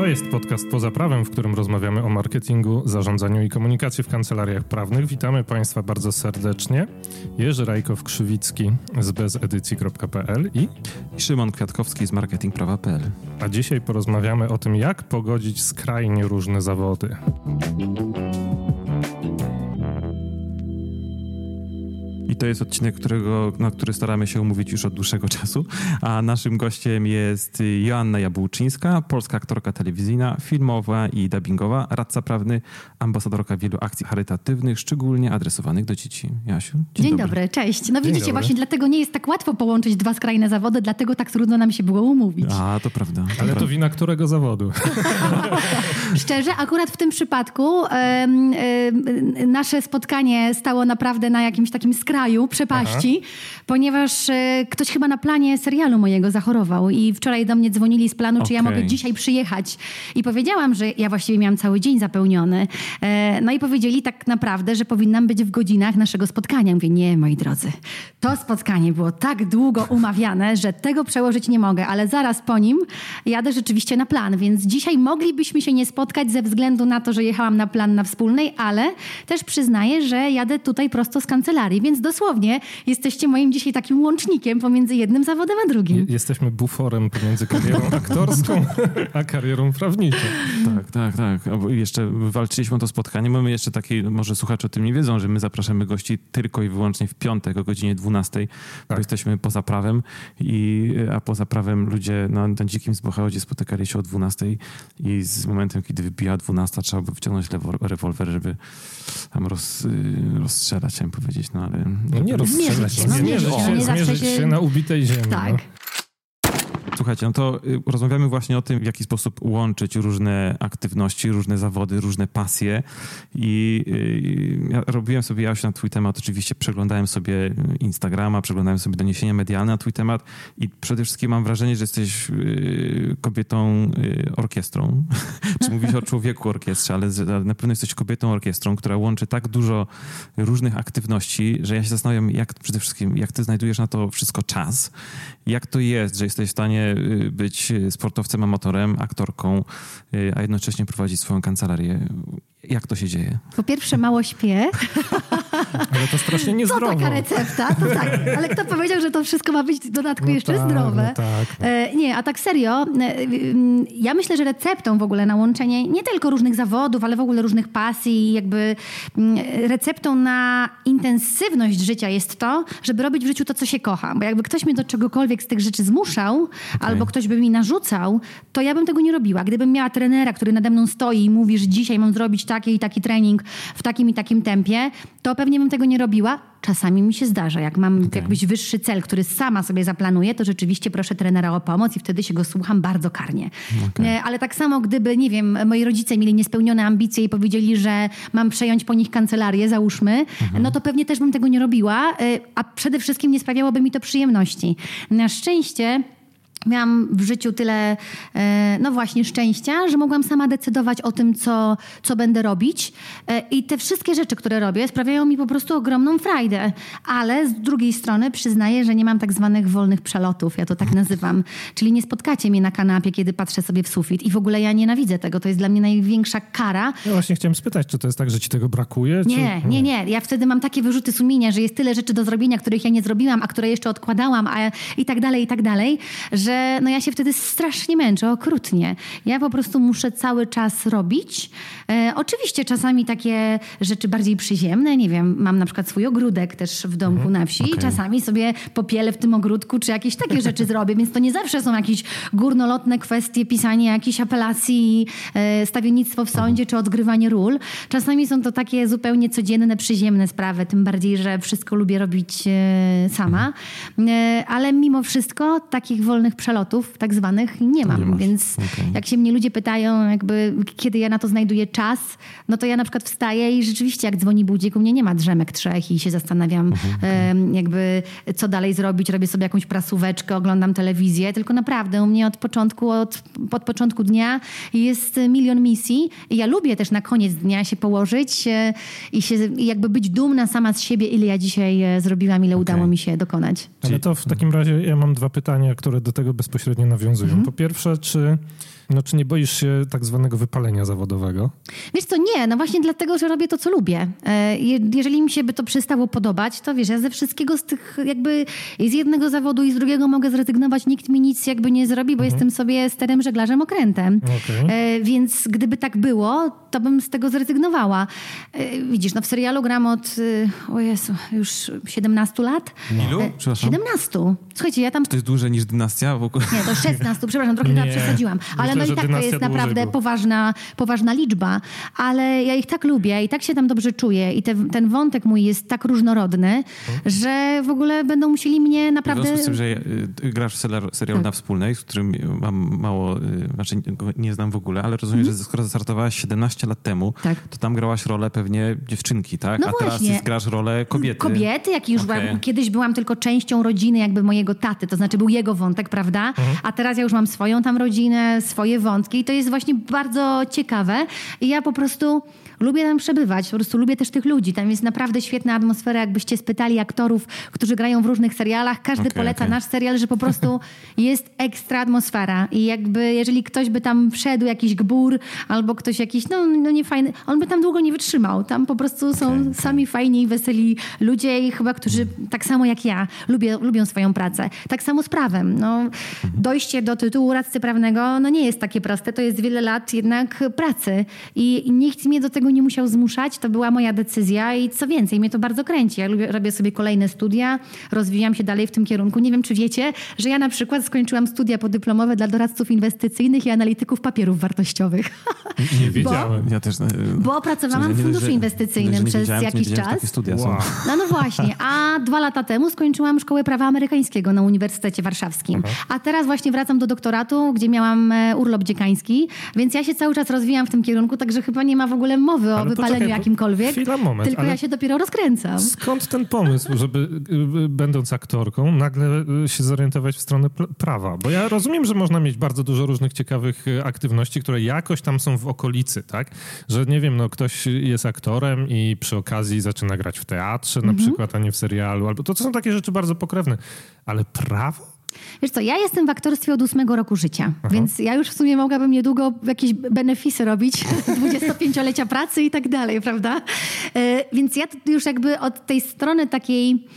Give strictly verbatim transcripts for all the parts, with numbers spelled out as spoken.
To jest podcast Poza Prawem, w którym rozmawiamy o marketingu, zarządzaniu i komunikacji w kancelariach prawnych. Witamy Państwa bardzo serdecznie. Jerzy Rajkow-Krzywicki z bezedycji kropka pe el i Szymon Kwiatkowski z marketing prawa kropka pe el. A dzisiaj porozmawiamy o tym, jak pogodzić skrajnie różne zawody. I to jest odcinek, którego, na który staramy się umówić już od dłuższego czasu, a naszym gościem jest Joanna Jabłczyńska, polska aktorka telewizyjna, filmowa i dubbingowa, radca prawny, ambasadorka wielu akcji charytatywnych, szczególnie adresowanych do dzieci. Jasiu, dzień, dzień dobry. dobry, cześć. No Dzień widzicie, dobry. Właśnie dlatego nie jest tak łatwo połączyć dwa skrajne zawody, dlatego tak trudno nam się było umówić. A, to prawda. To Ale prawda. to wina którego zawodu? Szczerze, akurat w tym przypadku em, em, nasze spotkanie stało naprawdę na jakimś takim skraju, przepaści, Aha. ponieważ e, ktoś chyba na planie serialu mojego zachorował i wczoraj do mnie dzwonili z planu, okay. czy ja mogę dzisiaj przyjechać. I powiedziałam, że ja właściwie miałam cały dzień zapełniony. E, no i powiedzieli tak naprawdę, że powinnam być w godzinach naszego spotkania. Mówię, nie, moi drodzy, to spotkanie było tak długo umawiane, że tego przełożyć nie mogę, ale zaraz po nim jadę rzeczywiście na plan, więc dzisiaj moglibyśmy się nie spotkać ze względu na to, że jechałam na plan na wspólnej, ale też przyznaję, że jadę tutaj prosto z kancelarii, więc dosłownie jesteście moim dzisiaj takim łącznikiem pomiędzy jednym zawodem a drugim. Jesteśmy buforem pomiędzy karierą aktorską a karierą prawniczą. Tak, tak, tak. A jeszcze walczyliśmy o to spotkanie. Mamy jeszcze takie, może słuchacze o tym nie wiedzą, że my zapraszamy gości tylko i wyłącznie w piątek o godzinie dwunastej, tak. bo jesteśmy poza prawem, i, a poza prawem ludzie na, na dzikim zbochodzie spotykali się o dwunastej i z momentem, kiedy wybija dwunasta, trzeba by wyciągnąć rewolwer, żeby tam roz, rozstrzelać, chciałem powiedzieć, no ale... No nie rozstrzelać, zmierzyć, no, zmierzyć, zmierzyć, się, nie zmierzyć się... się na ubitej ziemi. Tak. No. Słuchajcie, no to rozmawiamy właśnie o tym, w jaki sposób łączyć różne aktywności, różne zawody, różne pasje. I ja robiłem sobie, Jasiu, na twój temat, oczywiście przeglądałem sobie Instagrama, przeglądałem sobie doniesienia medialne na twój temat i przede wszystkim mam wrażenie, że jesteś kobietą orkiestrą. Czy mówisz o człowieku orkiestrze, ale na pewno jesteś kobietą orkiestrą, która łączy tak dużo różnych aktywności, że ja się zastanawiam, jak przede wszystkim, jak ty znajdujesz na to wszystko czas, jak to jest, że jesteś w stanie być sportowcem, amatorem, aktorką, a jednocześnie prowadzić swoją kancelarię. Jak to się dzieje? Po pierwsze, mało śpię. Ale to strasznie niezdrowo. To taka recepta, to tak. Ale kto powiedział, że to wszystko ma być w dodatku no jeszcze tak, zdrowe? No tak, no. E, nie, a tak serio, e, ja myślę, że receptą w ogóle na łączenie nie tylko różnych zawodów, ale w ogóle różnych pasji, jakby m, receptą na intensywność życia jest to, żeby robić w życiu to, co się kocha. Bo jakby ktoś mnie do czegokolwiek z tych rzeczy zmuszał, okay. albo ktoś by mi narzucał, to ja bym tego nie robiła. Gdybym miała trenera, który nade mną stoi i mówi, że dzisiaj mam zrobić taki i taki trening w takim i takim tempie, to pewnie bym tego nie robiła. Czasami mi się zdarza. Jak mam okay. jakiś wyższy cel, który sama sobie zaplanuję, to rzeczywiście proszę trenera o pomoc i wtedy się go słucham bardzo karnie. Okay. Ale tak samo, gdyby, nie wiem, moi rodzice mieli niespełnione ambicje i powiedzieli, że mam przejąć po nich kancelarię, załóżmy, mhm. no to pewnie też bym tego nie robiła, a przede wszystkim nie sprawiałoby mi to przyjemności. Na szczęście miałam w życiu tyle, no właśnie, szczęścia, że mogłam sama decydować o tym, co, co będę robić. I te wszystkie rzeczy, które robię, sprawiają mi po prostu ogromną frajdę. Ale z drugiej strony przyznaję, że nie mam tak zwanych wolnych przelotów. Ja to tak nazywam. Czyli nie spotkacie mnie na kanapie, kiedy patrzę sobie w sufit. I w ogóle ja nienawidzę tego. To jest dla mnie największa kara. Ja właśnie chciałem spytać, czy to jest tak, że ci tego brakuje? Nie, czy... nie, nie. Ja wtedy mam takie wyrzuty sumienia, że jest tyle rzeczy do zrobienia, których ja nie zrobiłam, a które jeszcze odkładałam, a i tak dalej, i tak dalej, że no ja się wtedy strasznie męczę, okrutnie. Ja po prostu muszę cały czas robić. E, oczywiście czasami takie rzeczy bardziej przyziemne, nie wiem, mam na przykład swój ogródek też w domku na wsi okay. i czasami sobie popielę w tym ogródku, czy jakieś takie rzeczy zrobię, więc to nie zawsze są jakieś górnolotne kwestie, pisanie jakichś apelacji, e, stawiennictwo w sądzie, mhm. czy odgrywanie ról. Czasami są to takie zupełnie codzienne, przyziemne sprawy, tym bardziej, że wszystko lubię robić e, sama. E, ale mimo wszystko takich wolnych przelotów tak zwanych nie mam, nie więc okay. jak się mnie ludzie pytają, jakby kiedy ja na to znajduję czas, no to ja na przykład wstaję i rzeczywiście jak dzwoni budzik, u mnie nie ma drzemek trzech i się zastanawiam okay. e, jakby co dalej zrobić, robię sobie jakąś prasóweczkę, oglądam telewizję, tylko naprawdę u mnie od początku, od, od początku dnia jest milion misji i ja lubię też na koniec dnia się położyć e, i się i jakby być dumna sama z siebie, ile ja dzisiaj e, zrobiłam, ile okay. udało mi się dokonać. Ale to w takim razie ja mam dwa pytania, które do tego bezpośrednio nawiązują. Mhm. Po pierwsze, czy No czy nie boisz się tak zwanego wypalenia zawodowego? Wiesz co, nie, no właśnie dlatego, że robię to, co lubię. Jeżeli mi się by to przestało podobać, to wiesz, ja ze wszystkiego z tych jakby z jednego zawodu i z drugiego mogę zrezygnować, nikt mi nic jakby nie zrobi, bo mhm. jestem sobie sterem, żeglarzem, okrętem. Okay. Więc gdyby tak było, to bym z tego zrezygnowała. Widzisz, no w serialu gram od, o Jezu, już siedemnastu lat. Ilu? Przepraszam. siedemnastu. Słuchajcie, ja tam... To jest dłużej niż dynastia w ogóle? Nie, to szesnastu, przepraszam, trochę tam przesadziłam. Ale Myślę, no i tak to jest naprawdę poważna, poważna liczba. Ale ja ich tak lubię i tak się tam dobrze czuję i te, ten wątek mój jest tak różnorodny, hmm. że w ogóle będą musieli mnie naprawdę... W związku z tym, że grasz w serialu tak. na Wspólnej, z którym mam mało, znaczy go nie znam w ogóle, ale rozumiem, hmm. że skoro zastartowałaś siedemnaście lat temu, tak. to tam grałaś rolę pewnie dziewczynki, tak? No A właśnie. teraz grasz rolę kobiety. Kobiety, jak już okay. byłam, kiedyś byłam tylko częścią rodziny jakby mojego taty, to znaczy był jego wątek, prawda? Hmm. A teraz ja już mam swoją tam rodzinę, swoje wątki i to jest właśnie bardzo ciekawe i ja po prostu lubię tam przebywać, po prostu lubię też tych ludzi. Tam jest naprawdę świetna atmosfera. Jakbyście spytali aktorów, którzy grają w różnych serialach, każdy okay, poleca okay. nasz serial, że po prostu jest ekstra atmosfera. I jakby jeżeli ktoś by tam wszedł, jakiś gbur albo ktoś jakiś, no, no nie fajny, on by tam długo nie wytrzymał. Tam po prostu są okay, sami okay. fajni i weseli ludzie i chyba, którzy tak samo jak ja lubię, lubią swoją pracę. Tak samo z prawem. No, dojście do tytułu radcy prawnego no nie jest takie proste. To jest wiele lat jednak pracy. I, i nikt mnie do tego nie musiał zmuszać, to była moja decyzja i co więcej, mnie to bardzo kręci. Ja lubię, robię sobie kolejne studia, rozwijam się dalej w tym kierunku. Nie wiem, czy wiecie, że ja na przykład skończyłam studia podyplomowe dla doradców inwestycyjnych i analityków papierów wartościowych. Nie wiedziałem. Bo, ja też, bo pracowałam w funduszu inwestycyjnym nie przez jakiś nie czas. Studia wow. No, no właśnie, a dwa lata temu skończyłam Szkołę Prawa Amerykańskiego na Uniwersytecie Warszawskim. Aha. A teraz właśnie wracam do doktoratu, gdzie miałam urlop dziekański, więc ja się cały czas rozwijam w tym kierunku, także chyba nie ma w ogóle mowy o ale wypaleniu czekaj, jakimkolwiek, chwila, moment, tylko ja się dopiero rozkręcam. Skąd ten pomysł, żeby będąc aktorką nagle się zorientować w stronę prawa? Bo ja rozumiem, że można mieć bardzo dużo różnych ciekawych aktywności, które jakoś tam są w okolicy, tak? Że nie wiem, no ktoś jest aktorem i przy okazji zaczyna grać w teatrze na mhm. przykład, a nie w serialu. Albo to, to są takie rzeczy bardzo pokrewne. Ale prawo? Wiesz co, ja jestem w aktorstwie od ósmego roku życia, Aha. więc ja już w sumie mogłabym niedługo jakieś benefisy robić, dwudziestopięciolecia pracy i tak dalej, prawda? Więc ja już jakby od tej strony takiej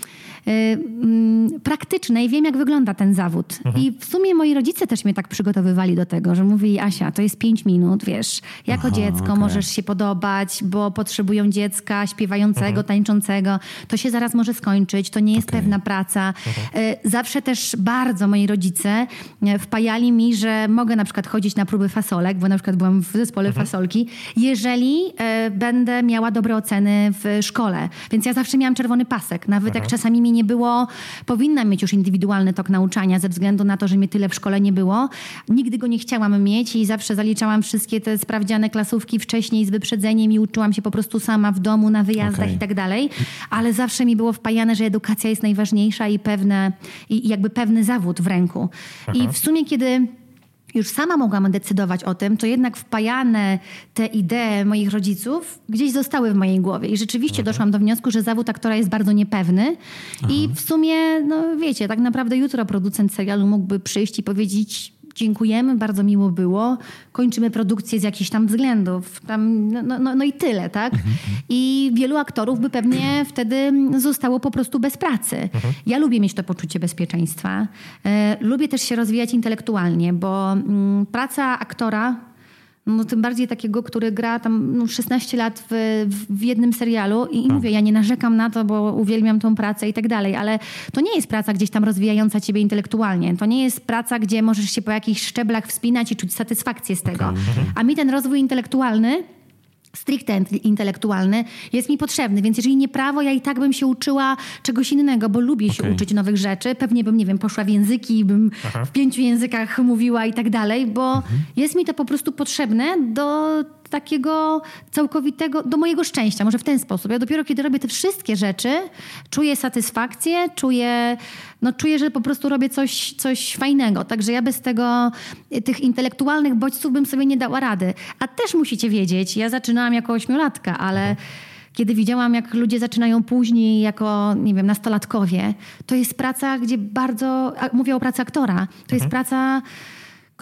praktycznej wiem, jak wygląda ten zawód. Mhm. I w sumie moi rodzice też mnie tak przygotowywali do tego, że mówili: Asia, to jest pięć minut, wiesz, jako Aha, dziecko okay. możesz się podobać, bo potrzebują dziecka śpiewającego, mhm. tańczącego. To się zaraz może skończyć, to nie jest okay. pewna praca. Mhm. Zawsze też bardzo moi rodzice wpajali mi, że mogę na przykład chodzić na próby fasolek, bo na przykład byłam w zespole mhm. fasolki, jeżeli będę miała dobre oceny w szkole. Więc ja zawsze miałam czerwony pasek. Nawet mhm. jak czasami mi nie było, powinnam mieć już indywidualny tok nauczania ze względu na to, że mnie tyle w szkole nie było. Nigdy go nie chciałam mieć i zawsze zaliczałam wszystkie te sprawdziane klasówki wcześniej z wyprzedzeniem i uczyłam się po prostu sama w domu, na wyjazdach okay. i tak dalej. Ale zawsze mi było wpajane, że edukacja jest najważniejsza i pewne, i jakby pewny zawód w ręku. Aha. I w sumie, kiedy już sama mogłam decydować o tym, to jednak wpajane te idee moich rodziców gdzieś zostały w mojej głowie. I rzeczywiście Aha. doszłam do wniosku, że zawód aktora jest bardzo niepewny. Aha. I w sumie, no wiecie, tak naprawdę jutro producent serialu mógłby przyjść i powiedzieć: dziękujemy, bardzo miło było, kończymy produkcję z jakichś tam względów. Tam, no, no, no i tyle, tak? Mhm. I wielu aktorów by pewnie wtedy zostało po prostu bez pracy. Mhm. Ja lubię mieć to poczucie bezpieczeństwa. E, lubię też się rozwijać intelektualnie, bo m, praca aktora, no tym bardziej takiego, który gra tam no, szesnaście lat w, w jednym serialu i, i mówię, ja nie narzekam na to, bo uwielbiam tą pracę i tak dalej, ale to nie jest praca gdzieś tam rozwijająca ciebie intelektualnie. To nie jest praca, gdzie możesz się po jakichś szczeblach wspinać i czuć satysfakcję z tego. Okay. A mi ten rozwój intelektualny, stricte intelektualny, jest mi potrzebny, więc jeżeli nie prawo, ja i tak bym się uczyła czegoś innego, bo lubię się okay. uczyć nowych rzeczy. Pewnie bym, nie wiem, poszła w języki, bym Aha. w pięciu językach mówiła i tak dalej, bo mhm. jest mi to po prostu potrzebne do takiego całkowitego, do mojego szczęścia, może w ten sposób. Ja dopiero kiedy robię te wszystkie rzeczy, czuję satysfakcję, czuję, no czuję, że po prostu robię coś, coś fajnego. Także ja bez tego, tych intelektualnych bodźców bym sobie nie dała rady. A też musicie wiedzieć, ja zaczynałam jako ośmiolatka, ale kiedy widziałam, jak ludzie zaczynają później jako, nie wiem, nastolatkowie, to jest praca, gdzie bardzo, mówię o pracy aktora, to jest praca, która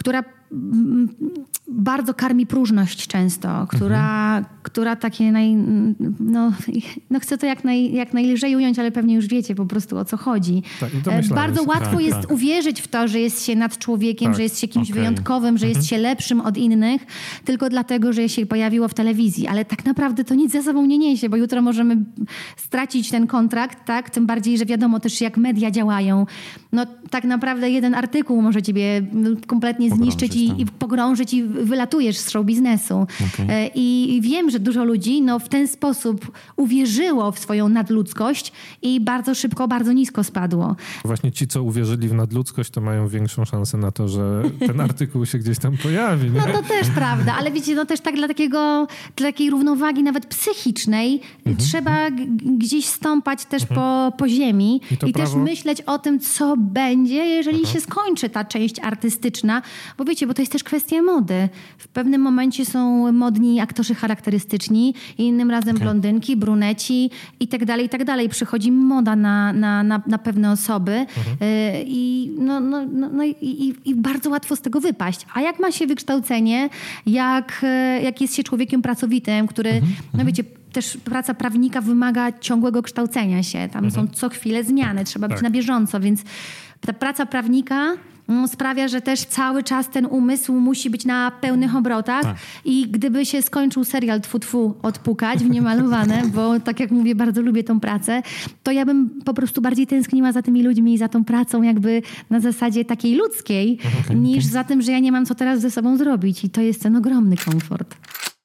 bardzo karmi próżność często, która, mhm. która takie naj... No, no chcę to jak, naj, jak najlżej ująć, ale pewnie już wiecie po prostu o co chodzi. Tak, bardzo łatwo tak, jest tak. uwierzyć w to, że jest się nad człowiekiem, tak. że jest się kimś okay. wyjątkowym, że mhm. jest się lepszym od innych, tylko dlatego, że się pojawiło w telewizji. Ale tak naprawdę to nic za sobą nie niesie, bo jutro możemy stracić ten kontrakt, tak? Tym bardziej, że wiadomo też, jak media działają. No tak naprawdę jeden artykuł może ciebie kompletnie zniszczyć i, i pogrążyć i wylatujesz z show biznesu. Okay. I wiem, że dużo ludzi no, w ten sposób uwierzyło w swoją nadludzkość i bardzo szybko, bardzo nisko spadło. Właśnie ci, co uwierzyli w nadludzkość, to mają większą szansę na to, że ten artykuł się gdzieś tam pojawi. Nie? No to też prawda, ale wiecie, no też tak dla takiego, dla takiej równowagi nawet psychicznej mhm. trzeba g- gdzieś stąpać też mhm. po, po ziemi i, i prawo... też myśleć o tym, co będzie, jeżeli Aha. się skończy ta część artystyczna, bo wiecie, bo to jest też kwestia mody. W pewnym momencie są modni aktorzy charakterystyczni, innym razem okay. blondynki, bruneci i tak dalej, i tak dalej. Przychodzi moda na, na, na, na pewne osoby mhm. y, i, no, no, no, no i, i bardzo łatwo z tego wypaść. A jak ma się wykształcenie, jak, jak jest się człowiekiem pracowitym, który, mhm. no wiecie, też praca prawnika wymaga ciągłego kształcenia się. Tam mhm. są co chwilę zmiany, trzeba tak. być na bieżąco, więc ta praca prawnika no, sprawia, że też cały czas ten umysł musi być na pełnych obrotach tak. i gdyby się skończył serial Tfu Tfu odpukać w Niemalowane, bo tak jak mówię, bardzo lubię tą pracę, to ja bym po prostu bardziej tęskniła za tymi ludźmi i za tą pracą jakby na zasadzie takiej ludzkiej, okay, niż okay. za tym, że ja nie mam co teraz ze sobą zrobić i to jest ten ogromny komfort.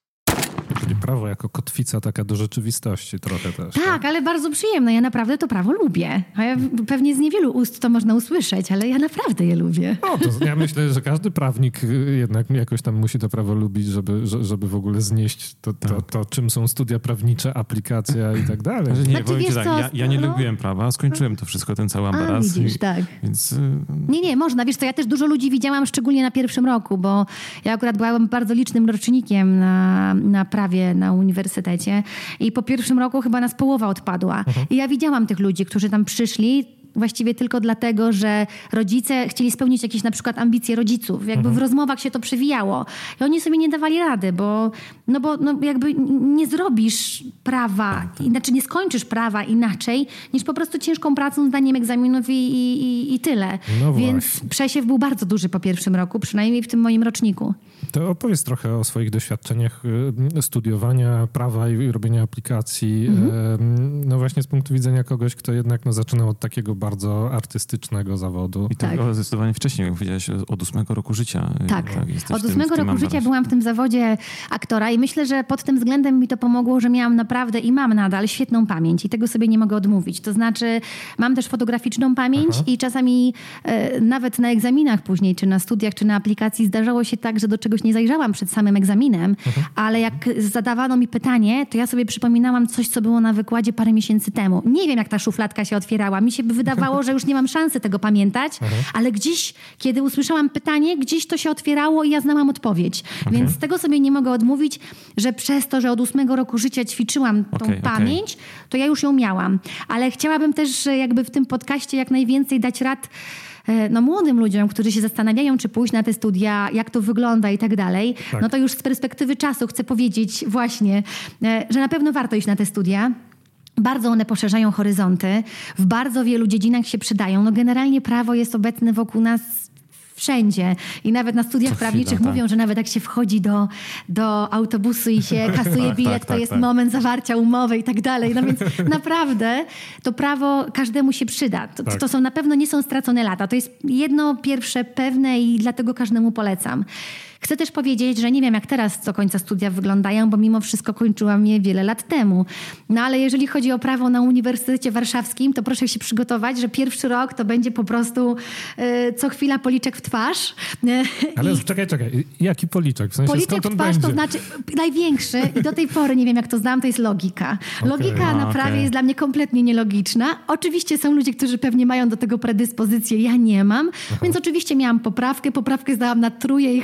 Czyli prawo jako kotwica taka do rzeczywistości trochę też. Tak, tak, ale bardzo przyjemne. Ja naprawdę to prawo lubię. A ja pewnie z niewielu ust to można usłyszeć, ale ja naprawdę je lubię. No, to ja myślę, że każdy prawnik jednak jakoś tam musi to prawo lubić, żeby, żeby w ogóle znieść to, to, to, to czym są studia prawnicze, aplikacja i tak dalej. Nie, znaczy, powiem ci tak, ja, ja nie no... lubiłem prawa, skończyłem to wszystko, ten cały ambaras. A, widzisz, i, tak. Więc... Nie, nie, można. Wiesz co, ja też dużo ludzi widziałam, szczególnie na pierwszym roku, bo ja akurat byłam bardzo licznym rocznikiem na, na prawie na uniwersytecie i po pierwszym roku chyba nas połowa odpadła. Mhm. I ja widziałam tych ludzi, którzy tam przyszli właściwie tylko dlatego, że rodzice chcieli spełnić jakieś na przykład ambicje rodziców. Jakby mhm. w rozmowach się to przewijało. I oni sobie nie dawali rady, bo, no bo no jakby nie zrobisz prawa, tak. znaczy nie skończysz prawa inaczej, niż po prostu ciężką pracą, zdaniem egzaminów i, i, i tyle. No Więc właśnie. Przesiew był bardzo duży po pierwszym roku, przynajmniej w tym moim roczniku. To opowiedz trochę o swoich doświadczeniach studiowania prawa i robienia aplikacji. Mhm. No właśnie z punktu widzenia kogoś, kto jednak no, zaczynał od takiego bardzo artystycznego zawodu. I tak. tego zdecydowanie wcześniej, jak powiedziałeś, od ósmego roku życia. Tak, tak od ósmego roku życia byłam w tym zawodzie aktora i myślę, że pod tym względem mi to pomogło, że miałam naprawdę i mam nadal świetną pamięć i tego sobie nie mogę odmówić. To znaczy mam też fotograficzną pamięć Aha. i czasami e, nawet na egzaminach później, czy na studiach, czy na aplikacji zdarzało się tak, że do czegoś nie zajrzałam przed samym egzaminem, Aha. ale jak zadawano mi pytanie, to ja sobie przypominałam coś, co było na wykładzie parę miesięcy temu. Nie wiem, jak ta szufladka się otwierała. Mi się by wydawało, że już nie mam szansy tego pamiętać, Aha. ale gdzieś, kiedy usłyszałam pytanie, gdzieś to się otwierało i ja znałam odpowiedź. Okay. Więc tego sobie nie mogę odmówić, że przez to, że od ósmego roku życia ćwiczyłam tą okay, pamięć, okay. to ja już ją miałam. Ale chciałabym też jakby w tym podcaście jak najwięcej dać rad no, młodym ludziom, którzy się zastanawiają, czy pójść na te studia, jak to wygląda i tak dalej. Tak. No to już z perspektywy czasu chcę powiedzieć właśnie, że na pewno warto iść na te studia. Bardzo one poszerzają horyzonty, w bardzo wielu dziedzinach się przydają. No generalnie prawo jest obecne wokół nas wszędzie. I nawet na studiach chwila, prawniczych tak. mówią, że nawet jak się wchodzi do, do autobusu i się kasuje tak, bilet, tak, to tak, jest tak. moment zawarcia umowy i tak dalej. No więc naprawdę to prawo każdemu się przyda. To, tak. to są na pewno nie są stracone lata. To jest jedno pierwsze pewne i dlatego każdemu polecam. Chcę też powiedzieć, że nie wiem, jak teraz do końca studia wyglądają, bo mimo wszystko kończyłam je wiele lat temu. No ale jeżeli chodzi o prawo na Uniwersytecie Warszawskim, to proszę się przygotować, że pierwszy rok to będzie po prostu y, co chwila policzek w twarz. Ale I... czekaj, czekaj. Jaki policzek? W sensie, policzek w twarz będzie? To znaczy największy i do tej pory nie wiem, jak to znam, to jest logika. Okay. Logika A, na prawie okay. jest dla mnie kompletnie nielogiczna. Oczywiście są ludzie, którzy pewnie mają do tego predyspozycję. Ja nie mam. Aha. Więc oczywiście miałam poprawkę. Poprawkę zdałam na truje i chyba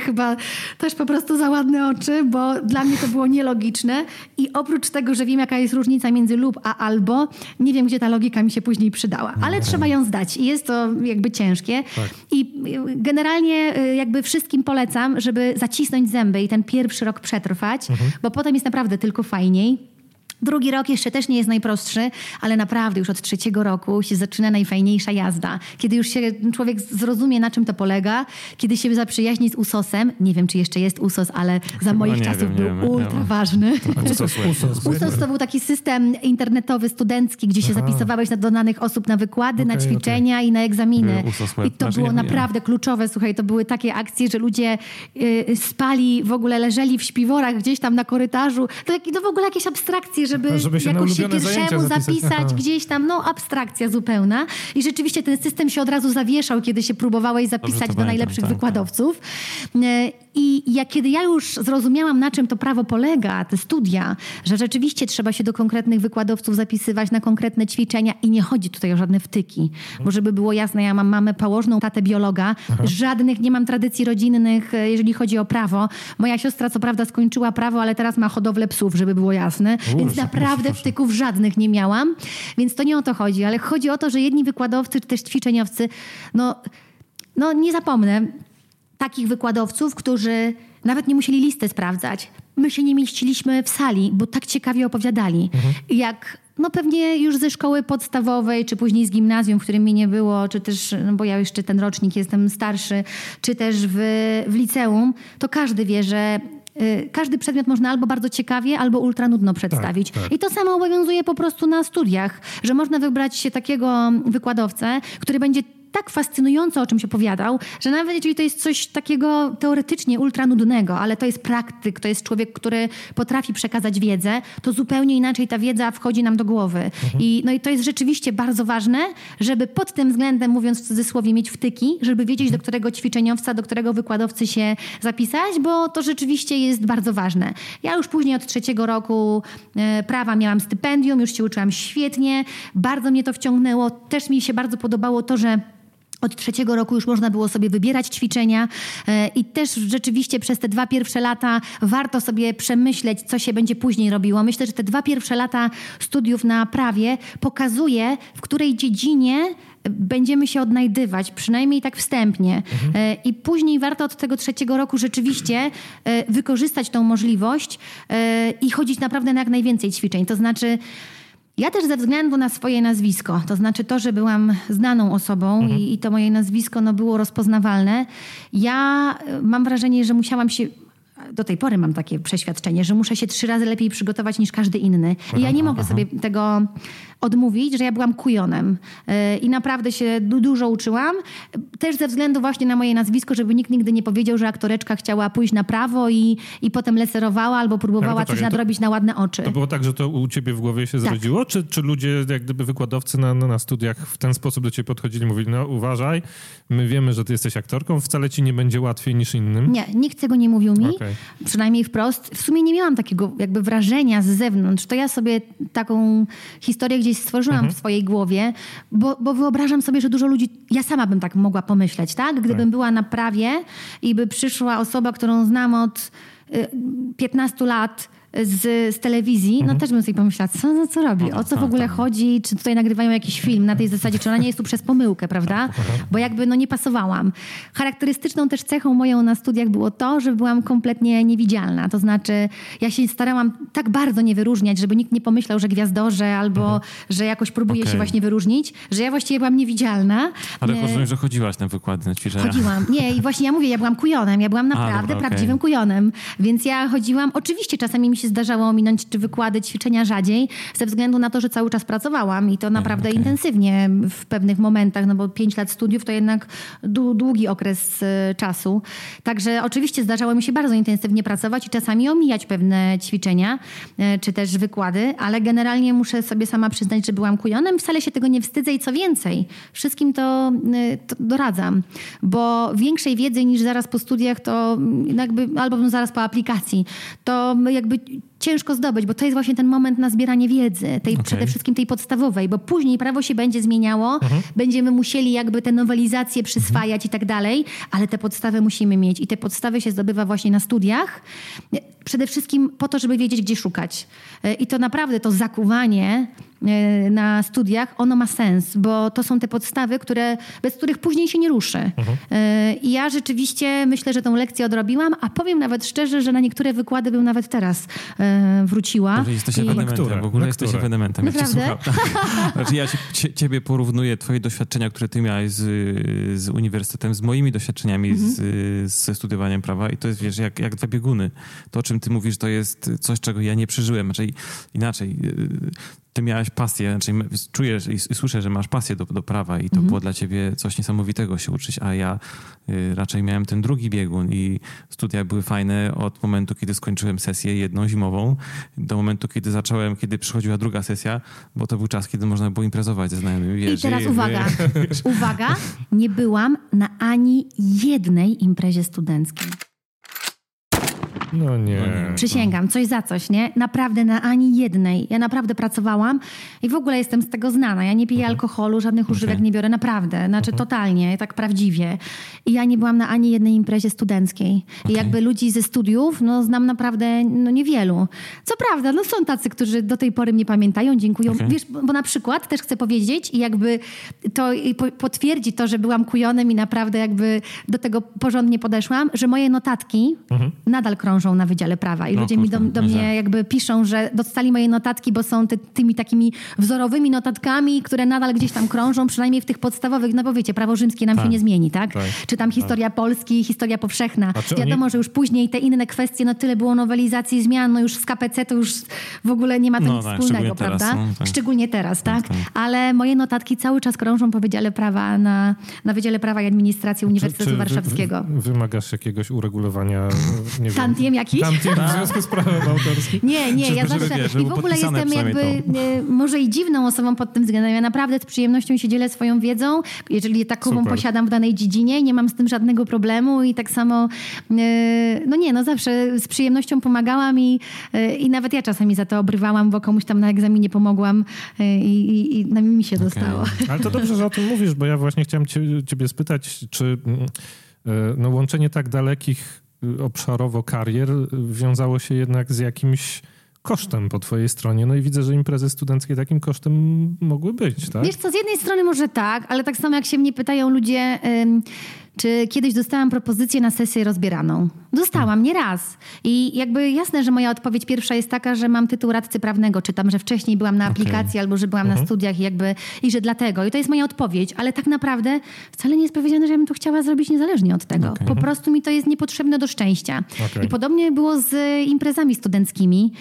też po prostu za ładne oczy, bo dla mnie to było nielogiczne i oprócz tego, że wiem, jaka jest różnica między lub a albo, nie wiem, gdzie ta logika mi się później przydała, ale no. trzeba ją zdać i jest to jakby ciężkie. Tak. I generalnie jakby wszystkim polecam, żeby zacisnąć zęby i ten pierwszy rok przetrwać, mhm. bo potem jest naprawdę tylko fajniej. Drugi rok jeszcze też nie jest najprostszy, ale naprawdę już od trzeciego roku się zaczyna najfajniejsza jazda. Kiedy już się człowiek zrozumie, na czym to polega, kiedy się zaprzyjaźni z usosem. Nie wiem, czy jeszcze jest usos, ale za moich no czasów wiem, był wiem, ultra wiem. ważny. Usos, usos, usos to był taki system internetowy, studencki, gdzie się Aha. zapisywałeś do danych osób na wykłady, okay, na ćwiczenia okay. i na egzaminy. I to Masz było nie, naprawdę nie. kluczowe. Słuchaj, to były takie akcje, że ludzie y, spali, w ogóle leżeli w śpiworach gdzieś tam na korytarzu. To, to w ogóle jakieś abstrakcje, żeby, żeby się jakoś się pierwszemu zapisać Aha. gdzieś tam, no abstrakcja zupełna. I rzeczywiście ten system się od razu zawieszał, kiedy się próbowałeś zapisać do najlepszych tak, wykładowców. Tak. I ja, kiedy ja już zrozumiałam, na czym to prawo polega, te studia, że rzeczywiście trzeba się do konkretnych wykładowców zapisywać na konkretne ćwiczenia i nie chodzi tutaj o żadne wtyki. Bo żeby było jasne, ja mam mamę położną, tatę biologa, Aha. żadnych, nie mam tradycji rodzinnych, jeżeli chodzi o prawo. Moja siostra co prawda skończyła prawo, ale teraz ma hodowlę psów, żeby było jasne. U, więc naprawdę proszę. wtyków żadnych nie miałam. Więc to nie o to chodzi, ale chodzi o to, że jedni wykładowcy, czy też ćwiczeniowcy, no, no nie zapomnę, takich wykładowców, którzy nawet nie musieli listy sprawdzać. My się nie mieściliśmy w sali, bo tak ciekawie opowiadali. Mhm. Jak no pewnie już ze szkoły podstawowej, czy później z gimnazjum, w którym mnie nie było, czy też, no bo ja jeszcze ten rocznik jestem starszy, czy też w, w liceum, to każdy wie, że y, każdy przedmiot można albo bardzo ciekawie, albo ultra nudno przedstawić. Tak, tak. I to samo obowiązuje po prostu na studiach, że można wybrać się takiego wykładowcę, który będzie tak fascynująco o czymś opowiadał, że nawet jeżeli to jest coś takiego teoretycznie ultra nudnego, ale to jest praktyk, to jest człowiek, który potrafi przekazać wiedzę, to zupełnie inaczej ta wiedza wchodzi nam do głowy. Mhm. I, no i to jest rzeczywiście bardzo ważne, żeby pod tym względem, mówiąc w cudzysłowie, mieć wtyki, żeby wiedzieć, mhm. do którego ćwiczeniowca, do którego wykładowcy się zapisać, bo to rzeczywiście jest bardzo ważne. Ja już później od trzeciego roku e, prawa miałam stypendium, już się uczyłam świetnie, bardzo mnie to wciągnęło. Też mi się bardzo podobało to, że od trzeciego roku już można było sobie wybierać ćwiczenia i też rzeczywiście przez te dwa pierwsze lata warto sobie przemyśleć, co się będzie później robiło. Myślę, że te dwa pierwsze lata studiów na prawie pokazuje, w której dziedzinie będziemy się odnajdywać, przynajmniej tak wstępnie. Mhm. I później warto od tego trzeciego roku rzeczywiście wykorzystać tą możliwość i chodzić naprawdę na jak najwięcej ćwiczeń. To znaczy ja też ze względu na swoje nazwisko, to znaczy to, że byłam znaną osobą mhm. i, i to moje nazwisko no, było rozpoznawalne, ja mam wrażenie, że musiałam się, do tej pory mam takie przeświadczenie, że muszę się trzy razy lepiej przygotować niż każdy inny. I ja nie mogę sobie tego odmówić, że ja byłam kujonem i naprawdę się dużo uczyłam. Też ze względu właśnie na moje nazwisko, żeby nikt nigdy nie powiedział, że aktoreczka chciała pójść na prawo i, i potem leserowała albo próbowała coś nadrobić to, na ładne oczy. To było tak, że to u ciebie w głowie się tak. zrodziło? Czy, czy ludzie, jak gdyby wykładowcy na, na studiach w ten sposób do ciebie podchodzili, mówili, no uważaj, my wiemy, że ty jesteś aktorką, wcale ci nie będzie łatwiej niż innym? Nie, nikt tego nie mówił mi, okay. przynajmniej wprost. W sumie nie miałam takiego jakby wrażenia z zewnątrz. To ja sobie taką historię gdzieś stworzyłam mhm. w swojej głowie, bo, bo wyobrażam sobie, że dużo ludzi, ja sama bym tak mogła pomyśleć, tak? Gdybym tak. była na prawie i by przyszła osoba, którą znam od y, piętnastu lat z, z telewizji, mhm. no też bym sobie pomyślała, co, no, co robi, o co w ogóle chodzi, czy tutaj nagrywają jakiś film na tej zasadzie, czy ona nie jest tu przez pomyłkę, prawda? Bo jakby no nie pasowałam. Charakterystyczną też cechą moją na studiach było to, że byłam kompletnie niewidzialna. To znaczy ja się starałam tak bardzo nie wyróżniać, żeby nikt nie pomyślał, że gwiazdorze albo mhm. że jakoś próbuję okay. się właśnie wyróżnić, że ja właściwie byłam niewidzialna. Ale nie... rozumiem, że chodziłaś na wykłady, na ćwiczenia. Chodziłam. Nie, i właśnie ja mówię, ja byłam kujonem. Ja byłam naprawdę A, dobra, prawdziwym okay. kujonem. Więc ja chodziłam. Oczywiście czasami mi się zdarzało ominąć czy wykłady, ćwiczenia rzadziej, ze względu na to, że cały czas pracowałam i to naprawdę okay. intensywnie w pewnych momentach, no bo pięć lat studiów to jednak długi okres y, czasu. Także oczywiście zdarzało mi się bardzo intensywnie pracować i czasami omijać pewne ćwiczenia, y, czy też wykłady, ale generalnie muszę sobie sama przyznać, że byłam kujonem. Wcale się tego nie wstydzę i co więcej, wszystkim to, y, to doradzam, bo większej wiedzy niż zaraz po studiach to jakby, albo zaraz po aplikacji, to jakby ciężko zdobyć, bo to jest właśnie ten moment na zbieranie wiedzy, tej Okay. przede wszystkim tej podstawowej, bo później prawo się będzie zmieniało, mhm. będziemy musieli jakby te nowelizacje przyswajać mhm. i tak dalej, ale te podstawy musimy mieć i te podstawy się zdobywa właśnie na studiach, przede wszystkim po to, żeby wiedzieć, gdzie szukać. I to naprawdę to zakuwanie na studiach, ono ma sens, bo to są te podstawy, które, bez których później się nie ruszy. Mhm. I ja rzeczywiście myślę, że tą lekcję odrobiłam, a powiem nawet szczerze, że na niektóre wykłady bym nawet teraz wróciła. Dobrze, jesteś ewenementem, w ogóle jesteś ewenementem. Jak cię słucham. Znaczy ja się, ciebie porównuję, twoje doświadczenia, które ty miałeś z, z uniwersytetem, z moimi doświadczeniami mhm. z, ze studiowaniem prawa i to jest, wiesz, jak, jak dwa bieguny. To, o czym ty mówisz, to jest coś, czego ja nie przeżyłem. Znaczy inaczej... Ty miałaś pasję, znaczy czujesz i, i słyszę, że masz pasję do, do prawa i to mhm. było dla ciebie coś niesamowitego się uczyć, a ja y, raczej miałem ten drugi biegun i studia były fajne od momentu, kiedy skończyłem sesję jedną zimową do momentu, kiedy zacząłem, kiedy przychodziła druga sesja, bo to był czas, kiedy można było imprezować ze znajomymi. I teraz uwaga, uwaga, nie byłam na ani jednej imprezie studenckiej. No nie. Przysięgam, coś za coś, nie? Naprawdę na ani jednej. Ja naprawdę pracowałam i w ogóle jestem z tego znana. Ja nie piję uh-huh. alkoholu, żadnych okay. używek nie biorę, naprawdę. Znaczy uh-huh. totalnie, tak prawdziwie. I ja nie byłam na ani jednej imprezie studenckiej. Okay. I jakby ludzi ze studiów, no znam naprawdę no, niewielu. Co prawda, no są tacy, którzy do tej pory mnie pamiętają, dziękują. Okay. Wiesz, bo na przykład też chcę powiedzieć i jakby to i po, potwierdzi to, że byłam kujonem i naprawdę jakby do tego porządnie podeszłam, że moje notatki uh-huh. nadal krążą na Wydziale Prawa i no, ludzie mi do, do mnie jakby piszą, że dostali moje notatki, bo są ty, tymi takimi wzorowymi notatkami, które nadal gdzieś tam krążą, przynajmniej w tych podstawowych, no bo wiecie, prawo rzymskie nam tak. się nie zmieni, tak? tak czy tam historia tak. Polski, historia powszechna. Wiadomo, oni... że już później te inne kwestie, no tyle było nowelizacji, zmian, no już z K P C to już w ogóle nie ma to no, nic tak, wspólnego, prawda? Teraz, no, tak. Szczególnie teraz, tak? tak? Ale moje notatki cały czas krążą po Wydziale Prawa na, na Wydziale Prawa i Administracji Uniwersytetu czy, czy Warszawskiego. Wy, wymagasz jakiegoś uregulowania, nie Tantiem wiem. Jakiś? Tantiem w związku z prawem autorskim? Nie, nie, ja zawsze... Wiesz, I w ogóle jestem jakby e, może i dziwną osobą pod tym względem. Ja naprawdę z przyjemnością się dzielę swoją wiedzą, jeżeli takową Super. posiadam w danej dziedzinie. Nie mam z tym żadnego problemu i tak samo e, no nie, no zawsze z przyjemnością pomagałam i, e, i nawet ja czasami za to obrywałam, bo komuś tam na egzaminie pomogłam e, i, i na mi się okay. dostało. Ale to dobrze, że o tym mówisz, bo ja właśnie chciałem cię, ciebie spytać, czy e, no, łączenie tak dalekich obszarowo karier wiązało się jednak z jakimś kosztem po twojej stronie. No i widzę, że imprezy studenckie takim kosztem mogły być, tak? Wiesz co, z jednej strony może tak, ale tak samo jak się mnie pytają ludzie, ym, czy kiedyś dostałam propozycję na sesję rozbieraną. Dostałam, nie raz. I jakby jasne, że moja odpowiedź pierwsza jest taka, że mam tytuł radcy prawnego, czy tam, że wcześniej byłam na aplikacji okay. albo że byłam mhm. na studiach i jakby i że dlatego. I to jest moja odpowiedź, ale tak naprawdę wcale nie jest powiedziane, że ja bym to chciała zrobić niezależnie od tego. Okay. Po prostu mi to jest niepotrzebne do szczęścia. Okay. I podobnie było z imprezami studenckimi.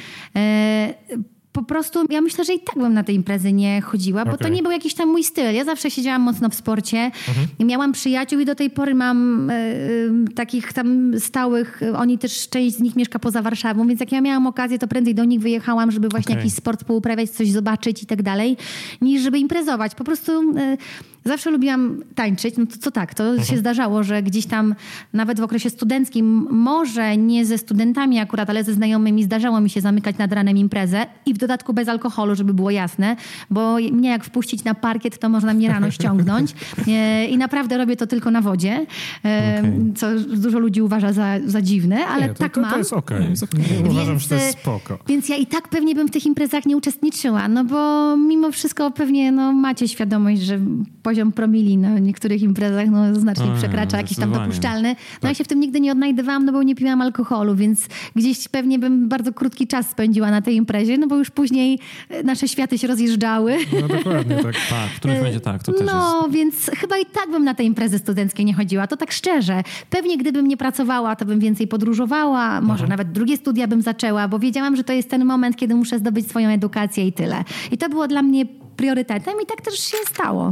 E- Po prostu ja myślę, że i tak bym na te imprezy nie chodziła, bo okay. to nie był jakiś tam mój styl. Ja zawsze siedziałam mocno w sporcie. Mhm. Miałam przyjaciół i do tej pory mam y, takich tam stałych. Oni też, część z nich mieszka poza Warszawą, więc jak ja miałam okazję, to prędzej do nich wyjechałam, żeby właśnie okay. jakiś sport pouprawiać, coś zobaczyć i tak dalej, niż żeby imprezować. Po prostu y, zawsze lubiłam tańczyć. No to co tak, to mhm. się zdarzało, że gdzieś tam nawet w okresie studenckim, może nie ze studentami akurat, ale ze znajomymi zdarzało mi się zamykać nad ranem imprezę i w dodatku bez alkoholu, żeby było jasne, bo mnie jak wpuścić na parkiet, to można mnie rano ściągnąć i naprawdę robię to tylko na wodzie, okay. co dużo ludzi uważa za, za dziwne, ale nie, to, tak to, mam. To jest okej. Okay. Uważam, że to jest spoko. Więc ja i tak pewnie bym w tych imprezach nie uczestniczyła, no bo mimo wszystko pewnie no, macie świadomość, że poziom promili na niektórych imprezach no, znacznie A, przekracza jakiś tam dopuszczalny. No tak. Ja się w tym nigdy nie odnajdywałam, no bo nie piłam alkoholu, więc gdzieś pewnie bym bardzo krótki czas spędziła na tej imprezie, no bo już później nasze światy się rozjeżdżały. No dokładnie, tak. tak, w którymś będzie tak, to też No, jest... więc chyba i tak bym na te imprezy studenckie nie chodziła, to tak szczerze. Pewnie gdybym nie pracowała, to bym więcej podróżowała, może mhm. nawet drugie studia bym zaczęła, bo wiedziałam, że to jest ten moment, kiedy muszę zdobyć swoją edukację i tyle. I to było dla mnie priorytetem i tak też się stało.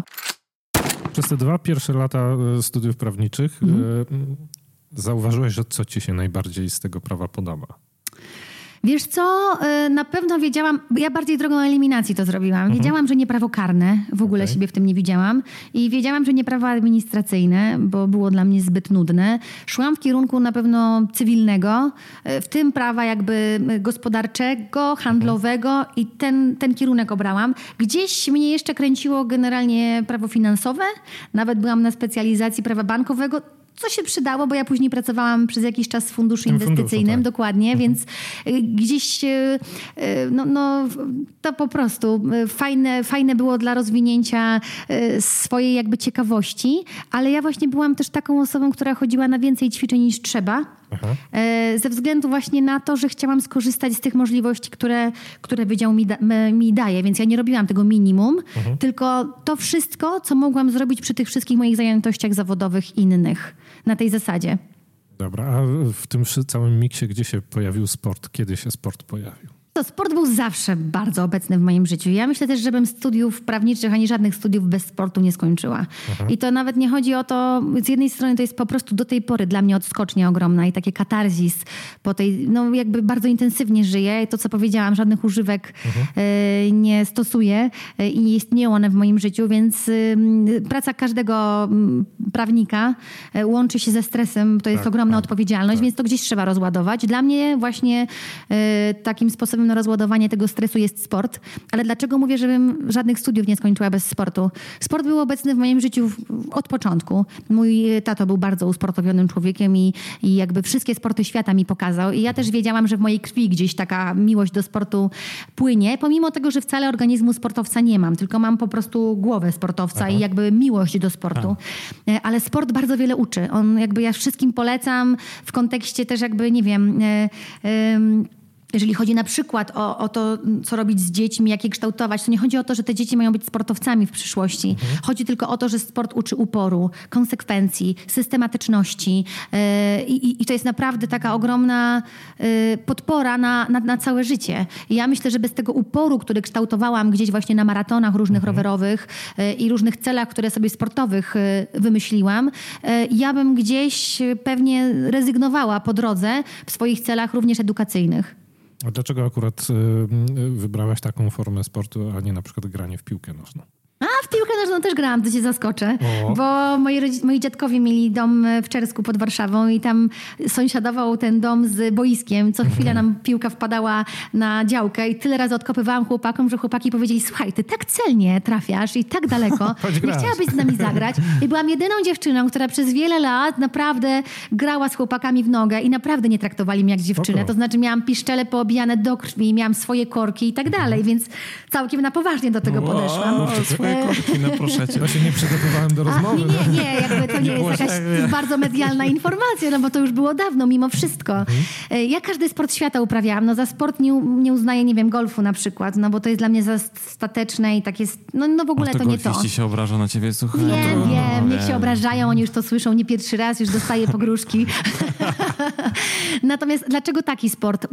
Przez te dwa pierwsze lata studiów prawniczych mhm. zauważyłeś, że co ci się najbardziej z tego prawa podoba? Wiesz co, na pewno wiedziałam, ja bardziej drogą eliminacji to zrobiłam. Mhm. Wiedziałam, że nie prawo karne, w ogóle okay. siebie w tym nie widziałam. I wiedziałam, że nie prawo administracyjne, bo było dla mnie zbyt nudne. Szłam w kierunku na pewno cywilnego, w tym prawa jakby gospodarczego, handlowego mhm. i ten, ten kierunek obrałam. Gdzieś mnie jeszcze kręciło generalnie prawo finansowe. Nawet byłam na specjalizacji prawa bankowego. Co się przydało, bo ja później pracowałam przez jakiś czas w funduszu inwestycyjnym, funduszu, tak. dokładnie, mhm. więc gdzieś no, no, to po prostu fajne, fajne było dla rozwinięcia swojej jakby ciekawości, ale ja właśnie byłam też taką osobą, która chodziła na więcej ćwiczeń niż trzeba. Aha. Ze względu właśnie na to, że chciałam skorzystać z tych możliwości, które, które Wydział mi, da, mi daje, więc ja nie robiłam tego minimum, mhm. tylko to wszystko, co mogłam zrobić przy tych wszystkich moich zajętościach zawodowych innych na tej zasadzie. Dobra, a w tym całym miksie gdzie się pojawił sport? Kiedy się sport pojawił? To sport był zawsze bardzo obecny w moim życiu. Ja myślę też, żebym studiów prawniczych ani żadnych studiów bez sportu nie skończyła. Aha. I to nawet nie chodzi o to, z jednej strony to jest po prostu do tej pory dla mnie odskocznia ogromna i takie katarzis po tej, no jakby bardzo intensywnie żyję. I to, co powiedziałam, żadnych używek y, nie stosuję y, i nie istnieją one w moim życiu, więc y, praca każdego y, prawnika y, łączy się ze stresem. To jest tak, ogromna tak, odpowiedzialność, tak. więc to gdzieś trzeba rozładować. Dla mnie właśnie y, takim sposobem na rozładowanie tego stresu jest sport. Ale dlaczego mówię, żebym żadnych studiów nie skończyła bez sportu? Sport był obecny w moim życiu od początku. Mój tato był bardzo usportowionym człowiekiem i, i jakby wszystkie sporty świata mi pokazał. I ja też wiedziałam, że w mojej krwi gdzieś taka miłość do sportu płynie, pomimo tego, że wcale organizmu sportowca nie mam, tylko mam po prostu głowę sportowca Aha. i jakby miłość do sportu. Aha. Ale sport bardzo wiele uczy. On jakby ja wszystkim polecam w kontekście też jakby, nie wiem... Yy, yy, Jeżeli chodzi na przykład o, o to, co robić z dziećmi, jak je kształtować, to nie chodzi o to, że te dzieci mają być sportowcami w przyszłości. Mhm. Chodzi tylko o to, że sport uczy uporu, konsekwencji, systematyczności yy, i, i to jest naprawdę taka ogromna yy, podpora na, na, na całe życie. I ja myślę, że bez tego uporu, który kształtowałam gdzieś właśnie na maratonach różnych mhm. rowerowych yy, i różnych celach, które sobie sportowych yy, wymyśliłam, yy, ja bym gdzieś pewnie rezygnowała po drodze w swoich celach również edukacyjnych. A dlaczego akurat y, wybrałaś taką formę sportu, a nie na przykład granie w piłkę nożną? A w piłkę nożną też grałam, to cię zaskoczę. O. Bo moi, rodzi- moi dziadkowie mieli dom w Czersku pod Warszawą i tam sąsiadował ten dom z boiskiem. Co chwilę nam piłka wpadała na działkę i tyle razy odkopywałam chłopakom, że chłopaki powiedzieli: słuchaj, ty tak celnie trafiasz i tak daleko. Nie chciałabyś z nami zagrać. I byłam jedyną dziewczyną, która przez wiele lat naprawdę grała z chłopakami w nogę i naprawdę nie traktowali mnie jak dziewczynę. To znaczy miałam piszczele poobijane do krwi, miałam swoje korki i tak dalej, więc całkiem na poważnie do tego podeszłam. Wow, korki, no proszę cię. Ja się nie przygotowałem do rozmowy. A, nie, nie, nie, jakby to nie, nie jest jakaś nie. bardzo medialna informacja, no bo to już było dawno, mimo wszystko. Mhm. Ja każdy sport świata uprawiałam. No za sport nie, nie uznaję, nie wiem, golfu na przykład, no bo to jest dla mnie za stateczne i tak jest, no, no w ogóle to, to nie to. Golfiści się obrażą na ciebie, słuchaj. Wiem, to, wiem, niech się obrażają, oni już to słyszą nie pierwszy raz, już dostaję pogróżki. Natomiast dlaczego taki sport?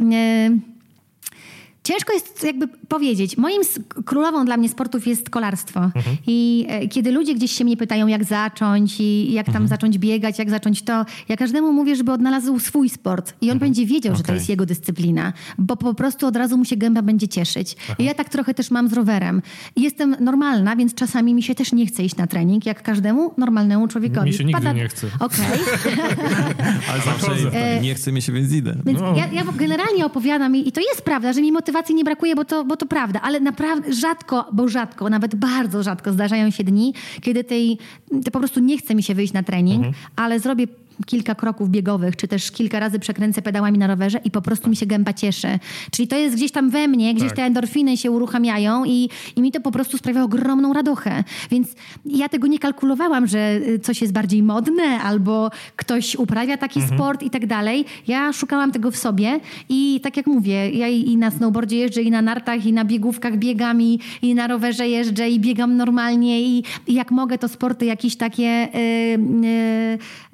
Ciężko jest jakby powiedzieć. Moim królową dla mnie sportów jest kolarstwo. Mhm. I e, kiedy ludzie gdzieś się mnie pytają, jak zacząć i jak tam mhm. zacząć biegać, jak zacząć to, ja każdemu mówię, żeby odnalazł swój sport. I on mhm. będzie wiedział, okay. że to jest jego dyscyplina. Bo po prostu od razu mu się gęba będzie cieszyć. Aha. I ja tak trochę też mam z rowerem. I jestem normalna, więc czasami mi się też nie chce iść na trening, jak każdemu normalnemu człowiekowi. Mi się nigdy Pada... nie chce. Okej. Okay. Ale zawsze e... nie chce mi się, więc idę. Więc no. ja, ja generalnie opowiadam i, i to jest prawda, że mi motywacji nie brakuje, bo to, bo to prawda, ale naprawdę rzadko, bo rzadko, nawet bardzo rzadko zdarzają się dni, kiedy tej, to po prostu nie chce mi się wyjść na trening, mhm. ale zrobię kilka kroków biegowych, czy też kilka razy przekręcę pedałami na rowerze i po prostu mi się gęba cieszy. Czyli to jest gdzieś tam we mnie, gdzieś tak. te endorfiny się uruchamiają i, i mi to po prostu sprawia ogromną radochę. Więc ja tego nie kalkulowałam, że coś jest bardziej modne albo ktoś uprawia taki mhm. sport i tak dalej. Ja szukałam tego w sobie i tak jak mówię, ja i na snowboardzie jeżdżę, i na nartach, i na biegówkach biegam, i, i na rowerze jeżdżę, i biegam normalnie i, i jak mogę, to sporty jakieś takie yy, yy, drużynowe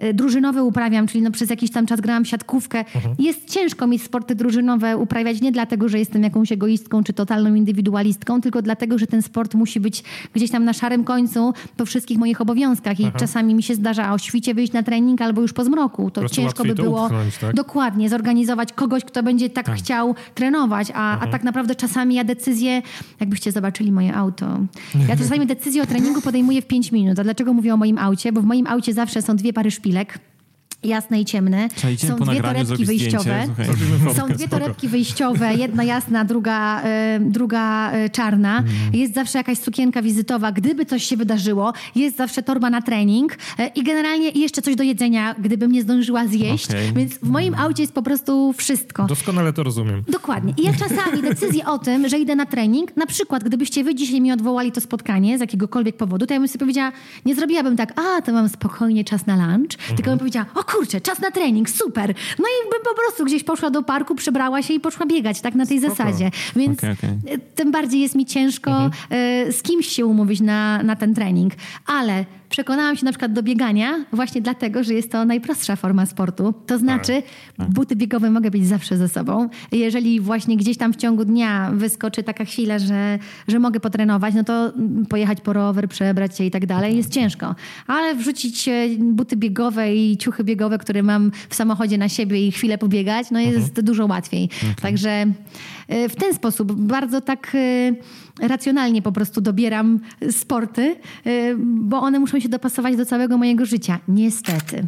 drużynowe uprawiam, czyli no przez jakiś tam czas grałam w siatkówkę. Mhm. Jest ciężko mi sporty drużynowe uprawiać nie dlatego, że jestem jakąś egoistką czy totalną indywidualistką, tylko dlatego, że ten sport musi być gdzieś tam na szarym końcu po wszystkich moich obowiązkach i Aha. czasami mi się zdarza o świcie wyjść na trening albo już po zmroku. To ciężko by było upchnąć, tak? dokładnie zorganizować kogoś, kto będzie tak, tak. chciał trenować, a, a tak naprawdę czasami ja decyzję, jakbyście zobaczyli moje auto, ja czasami decyzję o treningu podejmuję w pięć minut. A dlaczego mówię o moim aucie? Bo w moim aucie zawsze są dwie pary szpilek. Jasne i ciemne. Są dwie torebki wyjściowe. Są dwie torebki wyjściowe, jedna jasna, druga, y, druga y, czarna. Mm. Jest zawsze jakaś sukienka wizytowa, gdyby coś się wydarzyło. Jest zawsze torba na trening y, i generalnie jeszcze coś do jedzenia, gdybym nie zdążyła zjeść. Okay. Więc w moim aucie jest po prostu wszystko. Doskonale to rozumiem. Dokładnie. I ja czasami decyzję o tym, że idę na trening, na przykład gdybyście wy dzisiaj mi odwołali to spotkanie z jakiegokolwiek powodu, to ja bym sobie powiedziała, nie zrobiłabym tak, a to mam spokojnie czas na lunch, mm. tylko bym powiedziała, o kurczę, czas na trening, super. No i bym po prostu gdzieś poszła do parku, przebrała się i poszła biegać, tak na tej Spoko. zasadzie. Więc okay, okay. tym bardziej jest mi ciężko mhm. y, z kimś się umówić na, na ten trening. Ale przekonałam się na przykład do biegania właśnie dlatego, że jest to najprostsza forma sportu. To znaczy tak. buty biegowe mogę mieć zawsze ze sobą. Jeżeli właśnie gdzieś tam w ciągu dnia wyskoczy taka chwila, że, że mogę potrenować, no to pojechać po rower, przebrać się i tak dalej jest ciężko. Ale wrzucić buty biegowe i ciuchy biegowe, które mam w samochodzie na siebie i chwilę pobiegać, no jest mhm. dużo łatwiej. Okay. Także w ten sposób bardzo tak racjonalnie po prostu dobieram sporty, bo one muszą się dopasować do całego mojego życia. Niestety.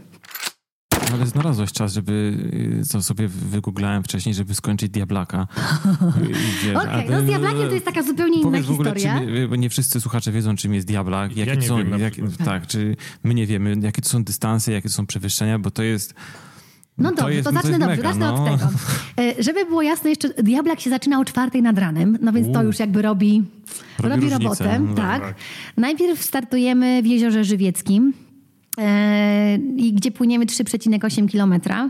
Ale znalazłeś czas, żeby, co sobie wygooglałem wcześniej, żeby skończyć Diablaka. Okej, okay, no z Diablakiem to jest taka zupełnie inna Powiedz w ogóle, historia. Czym, bo nie wszyscy słuchacze wiedzą, czym jest Diablak. Jakie ja nie są, wiem jak, tak, czy my nie wiemy, jakie to są dystanse, jakie to są przewyższenia, bo to jest... No to dobrze, jest, to zacznę to dobrze, mega, zacznę no. od tego. Żeby było jasne, jeszcze Diablak się zaczyna o czwartej nad ranem, no więc U. to już jakby robi, robi, robi robotę. No, tak. tak. Najpierw startujemy w Jeziorze Żywieckim. I gdzie płyniemy trzy przecinek osiem kilometra.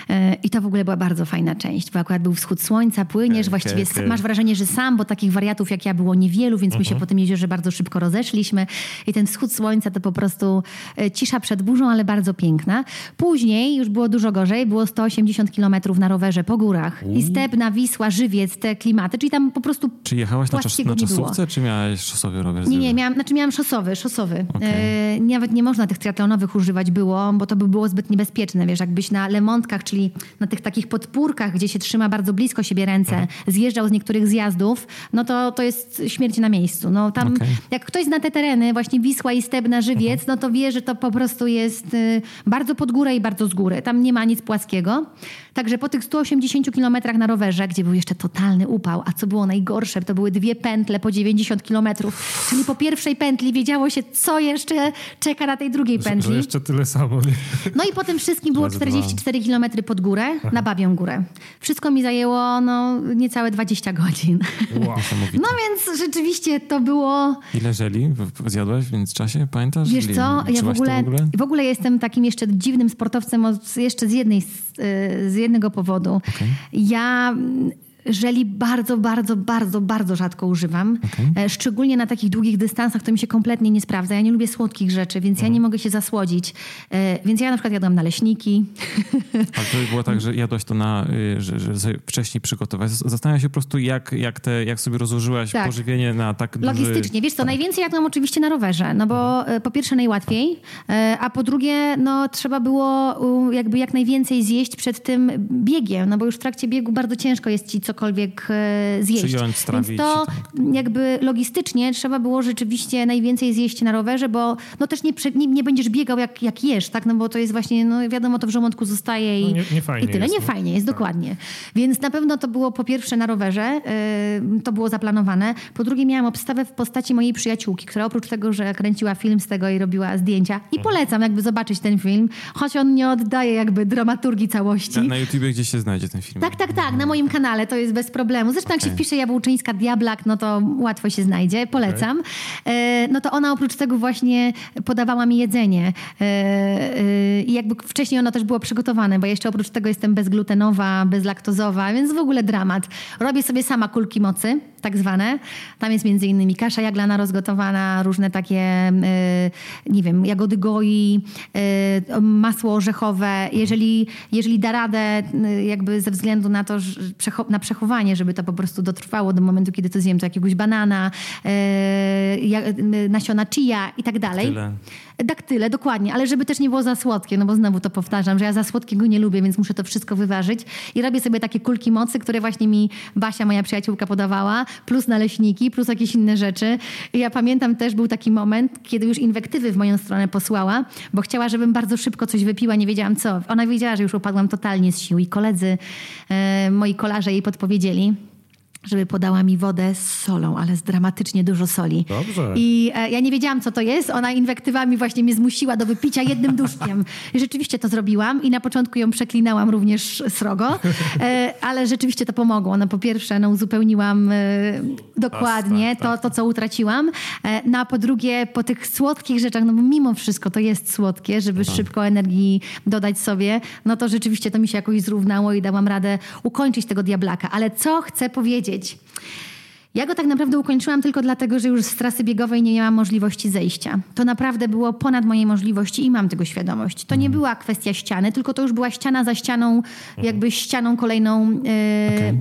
I to w ogóle była bardzo fajna część, bo akurat był wschód słońca, płyniesz, okay, właściwie okay. masz wrażenie, że sam, bo takich wariatów jak ja było niewielu, więc uh-huh. my się po tym jeziorze bardzo szybko rozeszliśmy i ten wschód słońca to po prostu cisza przed burzą, ale bardzo piękna. Później już było dużo gorzej, było sto osiemdziesiąt kilometrów na rowerze po górach uh. i Stepna, Wisła, Żywiec, te klimaty, czyli tam po prostu Czy jechałaś na, czas, na czasówce, czy miałaś szosowy rower? Nie, nie, miałam, znaczy miałam szosowy, szosowy. Okay. E, nawet nie można tych triatlonów używać było, bo to by było zbyt niebezpieczne. Wiesz, jakbyś na lemontkach, czyli na tych takich podpórkach, gdzie się trzyma bardzo blisko siebie ręce, mhm. zjeżdżał z niektórych zjazdów, no to to jest śmierć na miejscu. No tam, okay. jak ktoś zna te tereny, właśnie Wisła i Stebna, Żywiec, mhm. no to wie, że to po prostu jest y, bardzo pod górę i bardzo z góry. Tam nie ma nic płaskiego. Także po tych stu osiemdziesięciu kilometrach na rowerze, gdzie był jeszcze totalny upał, a co było najgorsze, to były dwie pętle po dziewięćdziesiąt kilometrów. Czyli po pierwszej pętli wiedziało się, co jeszcze czeka na tej drugiej pętli. Że jeszcze tyle samo. Nie? No i po tym wszystkim było czterdzieści cztery kilometry pod górę, Aha. na Babią Górę. Wszystko mi zajęło no, niecałe dwadzieścia godzin. Wow. No więc rzeczywiście to było... Ile żeli zjadłaś w międzyczasie? Pamiętasz? Wiesz co, ja w ogóle, w ogóle w ogóle jestem takim jeszcze dziwnym sportowcem od, jeszcze z jednej z jednego powodu. Okay. Ja żeli bardzo, bardzo, bardzo, bardzo rzadko używam. Okay. Szczególnie na takich długich dystansach to mi się kompletnie nie sprawdza. Ja nie lubię słodkich rzeczy, więc mhm. ja nie mogę się zasłodzić. Więc ja na przykład jadłam naleśniki. Ale to było tak, że jadłaś to na, że, że wcześniej przygotować. Zastanawiam się po prostu, jak, jak, te, jak sobie rozłożyłaś tak. pożywienie na tak duży... Logistycznie. Wiesz co, tak. najwięcej jadłam oczywiście na rowerze, no bo mhm. po pierwsze najłatwiej, a po drugie no trzeba było jakby jak najwięcej zjeść przed tym biegiem, no bo już w trakcie biegu bardzo ciężko jest ci cokolwiek zjeść. Przyjąć, strawić. Więc to tak. jakby logistycznie trzeba było rzeczywiście najwięcej zjeść na rowerze, bo no też nie, nie, nie będziesz biegał jak, jak jesz, tak? No bo to jest właśnie, no wiadomo, to w żołądku zostaje i, no nie, nie fajnie i tyle. Jest, nie no. fajnie jest, tak. dokładnie. Więc na pewno to było po pierwsze na rowerze, yy, to było zaplanowane. Po drugie miałam obstawę w postaci mojej przyjaciółki, która oprócz tego, że kręciła film z tego i robiła zdjęcia i polecam jakby zobaczyć ten film, choć on nie oddaje jakby dramaturgii całości. Na, na YouTubie gdzieś się znajdzie ten film. Tak, tak, tak, na moim kanale. To jest bez problemu. Zresztą okay. jak się wpisze jabłczyńska diablak, no to łatwo się znajdzie, polecam. Okay. No to ona oprócz tego właśnie podawała mi jedzenie. I jakby wcześniej ono też było przygotowane, bo jeszcze oprócz tego jestem bezglutenowa, bezlaktozowa, więc w ogóle dramat. Robię sobie sama kulki mocy, tak zwane. Tam jest między innymi kasza jaglana rozgotowana, różne takie, nie wiem, jagody goi, masło orzechowe. Jeżeli, jeżeli da radę jakby ze względu na to, na przechowanie, żeby to po prostu dotrwało do momentu, kiedy to zjem, to jakiegoś banana, nasiona chia i tak dalej. Daktyle. Daktyle, dokładnie, ale żeby też nie było za słodkie, no bo znowu to powtarzam, że ja za słodkiego nie lubię, więc muszę to wszystko wyważyć i robię sobie takie kulki mocy, które właśnie mi Basia, moja przyjaciółka, podawała, plus naleśniki, plus jakieś inne rzeczy. I ja pamiętam też, był taki moment, kiedy już inwektywy w moją stronę posłała, bo chciała, żebym bardzo szybko coś wypiła, nie wiedziałam co. Ona wiedziała, że już upadłam totalnie z sił i koledzy, e, moi kolarze jej podpowiedzieli, żeby podała mi wodę z solą, ale z dramatycznie dużo soli. Dobrze. I e, ja nie wiedziałam, co to jest. Ona inwektywami właśnie mnie zmusiła do wypicia jednym duszkiem. I rzeczywiście to zrobiłam i na początku ją przeklinałam również srogo, e, ale rzeczywiście to pomogło. No po pierwsze, no uzupełniłam e, dokładnie tak, tak, to, to, co utraciłam. E, no a po drugie, po tych słodkich rzeczach, no bo mimo wszystko to jest słodkie, żeby tak. szybko energii dodać sobie, no to rzeczywiście to mi się jakoś zrównało i dałam radę ukończyć tego diablaka. Ale co chcę powiedzieć? Ja go tak naprawdę ukończyłam tylko dlatego, że już z trasy biegowej nie miałam możliwości zejścia. To naprawdę było ponad moje możliwości i mam tego świadomość. To nie była kwestia ściany, tylko to już była ściana za ścianą, jakby ścianą kolejną... Yy, okay.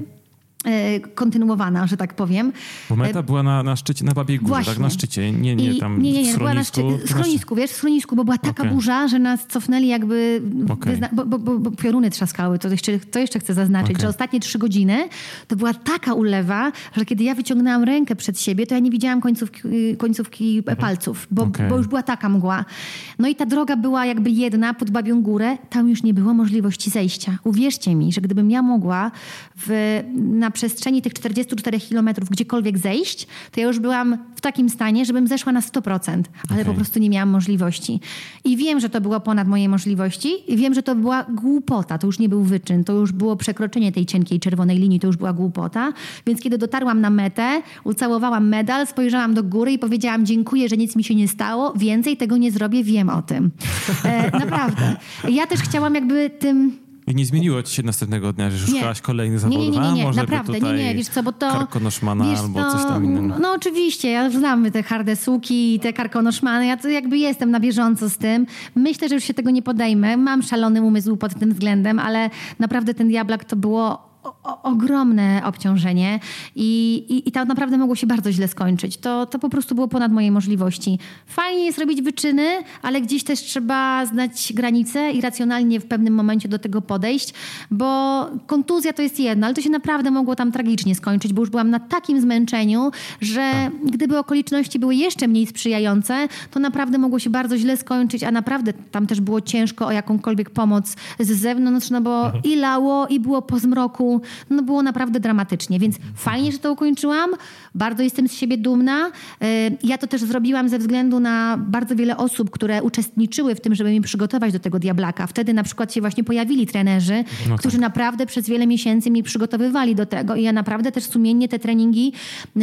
kontynuowana, że tak powiem. Bo meta była na, na szczycie, na Babiej Górze, Właśnie. tak? Na szczycie, nie, nie I, tam nie, nie, nie, w była na schronisku. szczycie, w schronisku, wiesz, w schronisku, bo była taka okay. burza, że nas cofnęli jakby, okay. wyzna- bo, bo, bo, bo pioruny trzaskały, to jeszcze, to jeszcze chcę zaznaczyć, okay. że ostatnie trzy godziny to była taka ulewa, że kiedy ja wyciągnęłam rękę przed siebie, to ja nie widziałam końcówki, końcówki mhm. palców, bo, okay. bo już była taka mgła. No i ta droga była jakby jedna pod Babią Górę, tam już nie było możliwości zejścia. Uwierzcie mi, że gdybym ja mogła w, na przestrzeni tych czterdziestu czterech kilometrów gdziekolwiek zejść, to ja już byłam w takim stanie, żebym zeszła na sto procent, ale okay. po prostu nie miałam możliwości. I wiem, że to było ponad moje możliwości i wiem, że to była głupota, to już nie był wyczyn, to już było przekroczenie tej cienkiej czerwonej linii, to już była głupota. Więc kiedy dotarłam na metę, ucałowałam medal, spojrzałam do góry i powiedziałam dziękuję, że nic mi się nie stało, więcej tego nie zrobię, wiem o tym. E, naprawdę. Ja też chciałam jakby tym... I nie zmieniło ci się następnego dnia, że szukałaś kolejnych zawodów? Nie, nie, nie, nie, nie. Może naprawdę, nie, nie, wiesz co, bo to... Karkonoszmana wiesz, albo to, coś tam innego. No oczywiście, ja znam te harde suki i te karkonoszmany, ja to jakby jestem na bieżąco z tym. Myślę, że już się tego nie podejmę. Mam szalony umysł pod tym względem, ale naprawdę ten diablak to było... O, ogromne obciążenie i, i, i to naprawdę mogło się bardzo źle skończyć. To, to po prostu było ponad moje możliwości. Fajnie jest robić wyczyny, ale gdzieś też trzeba znać granice i racjonalnie w pewnym momencie do tego podejść, bo kontuzja to jest jedno, ale to się naprawdę mogło tam tragicznie skończyć, bo już byłam na takim zmęczeniu, że gdyby okoliczności były jeszcze mniej sprzyjające, to naprawdę mogło się bardzo źle skończyć, a naprawdę tam też było ciężko o jakąkolwiek pomoc z zewnątrz, no bo i lało, i było po zmroku, no było naprawdę dramatycznie, więc fajnie, że to ukończyłam. Bardzo jestem z siebie dumna. Ja to też zrobiłam ze względu na bardzo wiele osób, które uczestniczyły w tym, żeby mi przygotować do tego diablaka. Wtedy na przykład się właśnie pojawili trenerzy, no którzy tak. naprawdę przez wiele miesięcy mi przygotowywali do tego i ja naprawdę też sumiennie te treningi yy,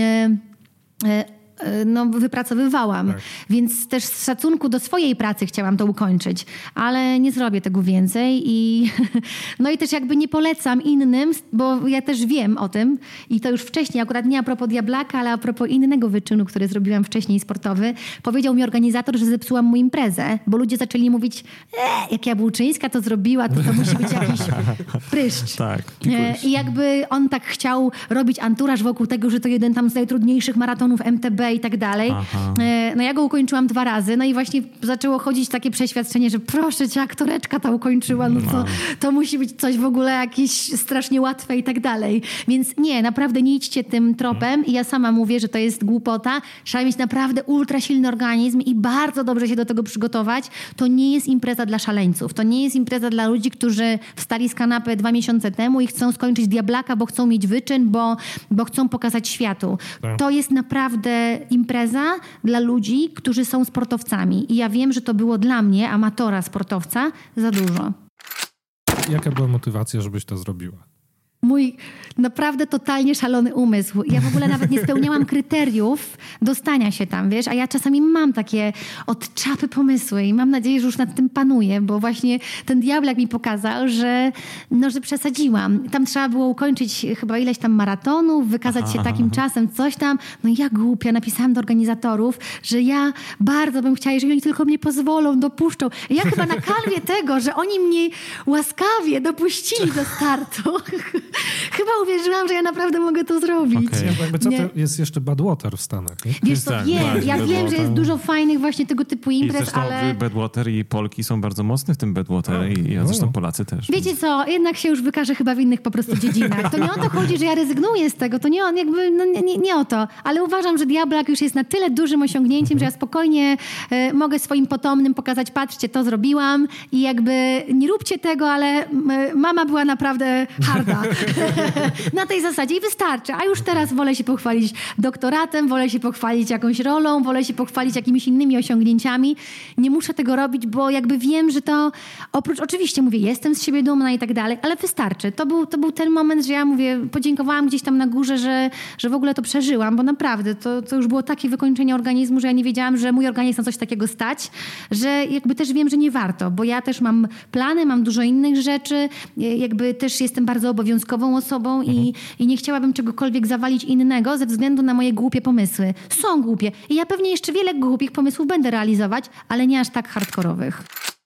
yy, no, wypracowywałam. Tak. Więc też z szacunku do swojej pracy chciałam to ukończyć, ale nie zrobię tego więcej i no i też jakby nie polecam innym, bo ja też wiem o tym i to już wcześniej, akurat nie a propos diablaka, ale a propos innego wyczynu, który zrobiłam wcześniej sportowy, powiedział mi organizator, że zepsułam mu imprezę, bo ludzie zaczęli mówić, e, jak Jabłczyńska to zrobiła, to to musi być jakiś pryszcz. Tak. I jakby on tak chciał robić anturaż wokół tego, że to jeden tam z najtrudniejszych maratonów M T B i tak dalej. Aha. No ja go ukończyłam dwa razy, no i właśnie zaczęło chodzić takie przeświadczenie, że proszę cię, aktoreczka to ukończyła, no to, to musi być coś w ogóle jakieś strasznie łatwe i tak dalej. Więc nie, naprawdę nie idźcie tym tropem i ja sama mówię, że to jest głupota. Trzeba mieć naprawdę ultra silny organizm i bardzo dobrze się do tego przygotować. To nie jest impreza dla szaleńców. To nie jest impreza dla ludzi, którzy wstali z kanapy dwa miesiące temu i chcą skończyć diablaka, bo chcą mieć wyczyn, bo, bo chcą pokazać światu. Tak. To jest naprawdę impreza dla ludzi, którzy są sportowcami. I ja wiem, że to było dla mnie, amatora sportowca, za dużo. Jaka była motywacja, żebyś to zrobiła? mój naprawdę totalnie szalony umysł. Ja w ogóle nawet nie spełniałam kryteriów dostania się tam, wiesz, a ja czasami mam takie od czapy pomysły i mam nadzieję, że już nad tym panuję, bo właśnie ten diablak mi pokazał, że, no, że przesadziłam. Tam trzeba było ukończyć chyba ileś tam maratonów, wykazać aha, się takim aha. czasem, coś tam. No ja głupia, napisałam do organizatorów, że ja bardzo bym chciała, jeżeli oni tylko mnie pozwolą, dopuszczą. I ja chyba na kanwie tego, że oni mnie łaskawie dopuścili do startu, chyba uwierzyłam, że ja naprawdę mogę to zrobić. Okay. Jakby co, to jest jeszcze Badwater w Stanach, nie? Wiesz co, tak, wiem, ja wiem, Badwater. Że jest dużo fajnych właśnie tego typu imprez, I ale... Badwater i Polki są bardzo mocne w tym Badwater no. i ja zresztą Polacy też. Wiecie co, jednak się już wykaże chyba w innych po prostu dziedzinach. To nie o to chodzi, że ja rezygnuję z tego, to nie, on jakby, no, nie, nie o to, ale uważam, że Diablak już jest na tyle dużym osiągnięciem, że ja spokojnie e, mogę swoim potomnym pokazać, patrzcie, to zrobiłam i jakby nie róbcie tego, ale m, mama była naprawdę harda. Na tej zasadzie i wystarczy. A już teraz wolę się pochwalić doktoratem, wolę się pochwalić jakąś rolą, wolę się pochwalić jakimiś innymi osiągnięciami. Nie muszę tego robić, bo jakby wiem, że to oprócz, oczywiście mówię, jestem z siebie dumna i tak dalej, ale wystarczy. To był, to był ten moment, że ja mówię, podziękowałam gdzieś tam na górze, że, że w ogóle to przeżyłam, bo naprawdę to, to już było takie wykończenie organizmu, że ja nie wiedziałam, że mój organizm na coś takiego stać, że jakby też wiem, że nie warto, bo ja też mam plany, mam dużo innych rzeczy, jakby też jestem bardzo obowiązkową osobą mhm. i, i nie chciałabym czegokolwiek zawalić innego ze względu na moje głupie pomysły. Są głupie i ja pewnie jeszcze wiele głupich pomysłów będę realizować, ale nie aż tak hardkorowych.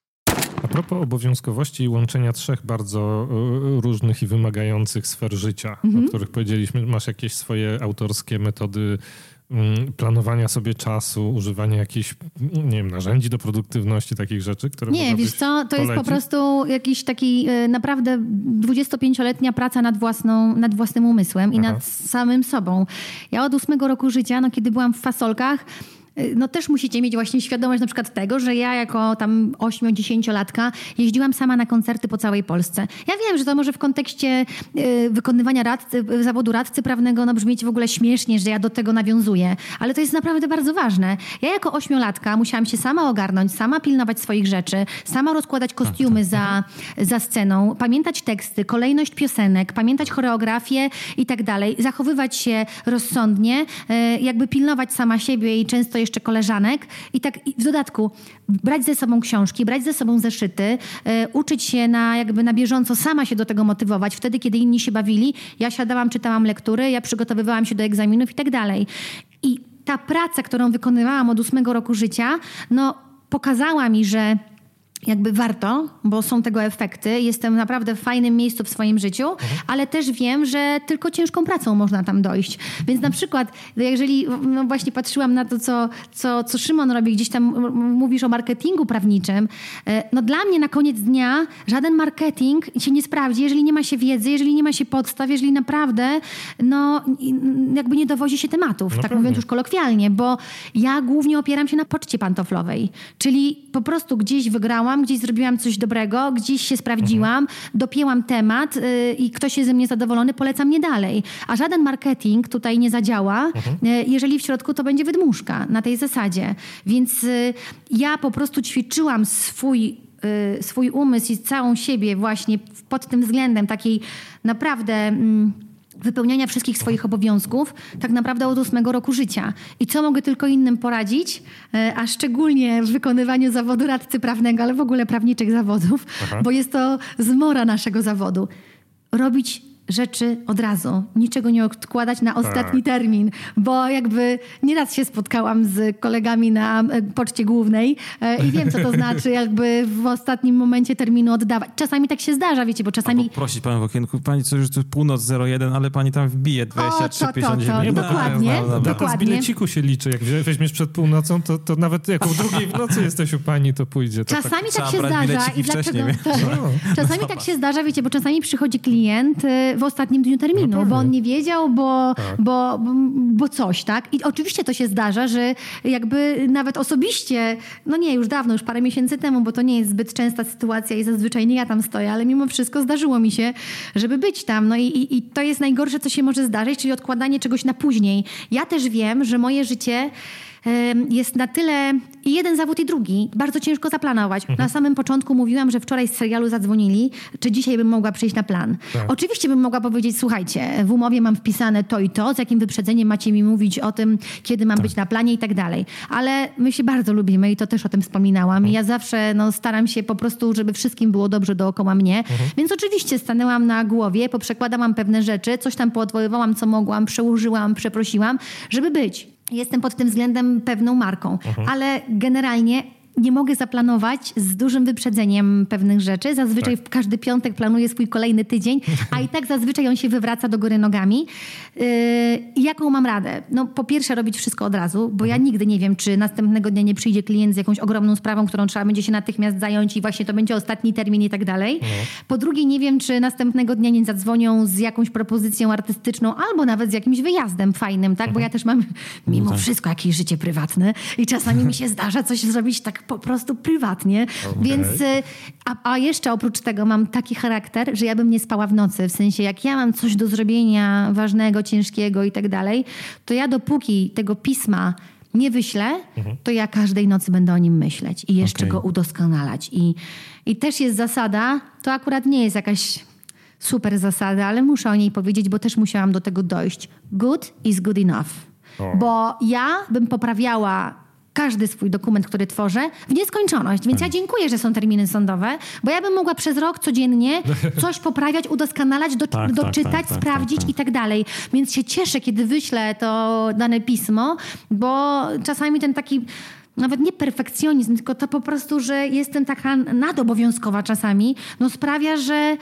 A propos obowiązkowości i łączenia trzech bardzo różnych i wymagających sfer życia, mhm. o których powiedzieliśmy, masz jakieś swoje autorskie metody planowania sobie czasu, używania jakichś, nie wiem, narzędzi do produktywności, takich rzeczy, które Nie, wiesz co, to polecić? Jest po prostu jakiś taki naprawdę dwudziestopięcioletnia praca nad, własną, nad własnym umysłem i Aha. nad samym sobą. Ja od ósmego roku życia, no kiedy byłam w fasolkach, no też musicie mieć właśnie świadomość na przykład tego, że ja jako tam ośmio-dziesięciolatka jeździłam sama na koncerty po całej Polsce. Ja wiem, że to może w kontekście y, wykonywania radcy, zawodu radcy prawnego no brzmieć w ogóle śmiesznie, że ja do tego nawiązuję, ale to jest naprawdę bardzo ważne. Ja jako ośmiolatka musiałam się sama ogarnąć, sama pilnować swoich rzeczy, sama rozkładać kostiumy za, za sceną, pamiętać teksty, kolejność piosenek, pamiętać choreografię i tak dalej, zachowywać się rozsądnie, y, jakby pilnować sama siebie i często jeszcze koleżanek i tak w dodatku brać ze sobą książki, brać ze sobą zeszyty, y, uczyć się na jakby na bieżąco, sama się do tego motywować. Wtedy, kiedy inni się bawili, ja siadałam, czytałam lektury, ja przygotowywałam się do egzaminów i tak dalej. I ta praca, którą wykonywałam od ósmego roku życia, no pokazała mi, że jakby warto, bo są tego efekty. Jestem naprawdę w fajnym miejscu w swoim życiu, mhm. ale też wiem, że tylko ciężką pracą można tam dojść. Więc na przykład, jeżeli no właśnie patrzyłam na to, co, co, co Szymon robi, gdzieś tam mówisz o marketingu prawniczym, no dla mnie na koniec dnia żaden marketing się nie sprawdzi, jeżeli nie ma się wiedzy, jeżeli nie ma się podstaw, jeżeli naprawdę no jakby nie dowozi się tematów, no tak pewnie. Mówiąc już kolokwialnie, bo ja głównie opieram się na poczcie pantoflowej, czyli po prostu gdzieś wygrałam, gdzieś zrobiłam coś dobrego, gdzieś się sprawdziłam, mhm. dopięłam temat yy, i ktoś jest ze mnie zadowolony, polecam mnie dalej. A żaden marketing tutaj nie zadziała, mhm. yy, jeżeli w środku to będzie wydmuszka na tej zasadzie. Więc yy, ja po prostu ćwiczyłam swój, yy, swój umysł i całą siebie właśnie pod tym względem takiej naprawdę... Yy, wypełniania wszystkich swoich obowiązków tak naprawdę od ósmego roku życia. I co mogę tylko innym poradzić, a szczególnie w wykonywaniu zawodu radcy prawnego, ale w ogóle prawniczych zawodów, Aha. bo jest to zmora naszego zawodu. Robić rzeczy od razu. Niczego nie odkładać na ostatni tak. termin, bo jakby nieraz się spotkałam z kolegami na poczcie głównej e, i wiem, co to znaczy jakby w ostatnim momencie terminu oddawać. Czasami tak się zdarza, wiecie, bo czasami... Albo prosić panią w okienku, pani co już tu północ zero jeden, ale pani tam wbije dwadzieścia trzy pięćdziesiąt dziewięć. O, to, to, to. Dokładnie, no, no, no, dokładnie. Data z bileciku się liczy. Jak weźmiesz przed północą, to, to nawet jak o drugiej w nocy jesteś u pani, to pójdzie. To czasami tak, tak się zdarza. I dlaczego? To, no. Czasami tak się zdarza, wiecie, bo czasami przychodzi klient w ostatnim dniu terminu, no bo on nie wiedział, bo, tak. bo, bo, bo coś, tak? I oczywiście to się zdarza, że jakby nawet osobiście, no nie, już dawno, już parę miesięcy temu, bo to nie jest zbyt częsta sytuacja i zazwyczaj nie ja tam stoję, ale mimo wszystko zdarzyło mi się, żeby być tam. No i, i, i to jest najgorsze, co się może zdarzyć, czyli odkładanie czegoś na później. Ja też wiem, że moje życie jest na tyle i jeden zawód i drugi. Bardzo ciężko zaplanować. Mhm. Na samym początku mówiłam, że wczoraj z serialu zadzwonili, czy dzisiaj bym mogła przyjść na plan. Tak. Oczywiście bym mogła powiedzieć, słuchajcie, w umowie mam wpisane to i to, z jakim wyprzedzeniem macie mi mówić o tym, kiedy mam tak. być na planie i tak dalej. Ale my się bardzo lubimy i to też o tym wspominałam. Mhm. I ja zawsze no, staram się po prostu, żeby wszystkim było dobrze dookoła mnie. Mhm. Więc oczywiście stanęłam na głowie, poprzekładałam pewne rzeczy, coś tam poodwoływałam, co mogłam, przełożyłam, przeprosiłam, żeby być. Jestem pod tym względem pewną marką, uh-huh. ale generalnie nie mogę zaplanować z dużym wyprzedzeniem pewnych rzeczy. Zazwyczaj tak. w każdy piątek planuję swój kolejny tydzień, a i tak zazwyczaj on się wywraca do góry nogami. Yy, jaką mam radę? No po pierwsze robić wszystko od razu, bo uh-huh. ja nigdy nie wiem, czy następnego dnia nie przyjdzie klient z jakąś ogromną sprawą, którą trzeba będzie się natychmiast zająć i właśnie to będzie ostatni termin i tak dalej. Uh-huh. Po drugie nie wiem, czy następnego dnia nie zadzwonią z jakąś propozycją artystyczną albo nawet z jakimś wyjazdem fajnym, tak? Uh-huh. Bo ja też mam mimo wszystko jakieś życie prywatne i czasami mi się zdarza coś zrobić tak po prostu prywatnie. Okay. Więc, a, a jeszcze oprócz tego mam taki charakter, że ja bym nie spała w nocy. W sensie, jak ja mam coś do zrobienia ważnego, ciężkiego i tak dalej, to ja dopóki tego pisma nie wyślę, mhm. to ja każdej nocy będę o nim myśleć i jeszcze okay. go udoskonalać. I, I też jest zasada, to akurat nie jest jakaś super zasada, ale muszę o niej powiedzieć, bo też musiałam do tego dojść. Good is good enough. O. Bo ja bym poprawiała każdy swój dokument, który tworzę, w nieskończoność. Więc ja dziękuję, że są terminy sądowe, bo ja bym mogła przez rok codziennie coś poprawiać, udoskonalać, do, tak, doczytać, tak, tak, sprawdzić tak, tak. i tak dalej. Więc się cieszę, kiedy wyślę to dane pismo, bo czasami ten taki nawet nie perfekcjonizm, tylko to po prostu, że jestem taka nadobowiązkowa czasami, no sprawia, że,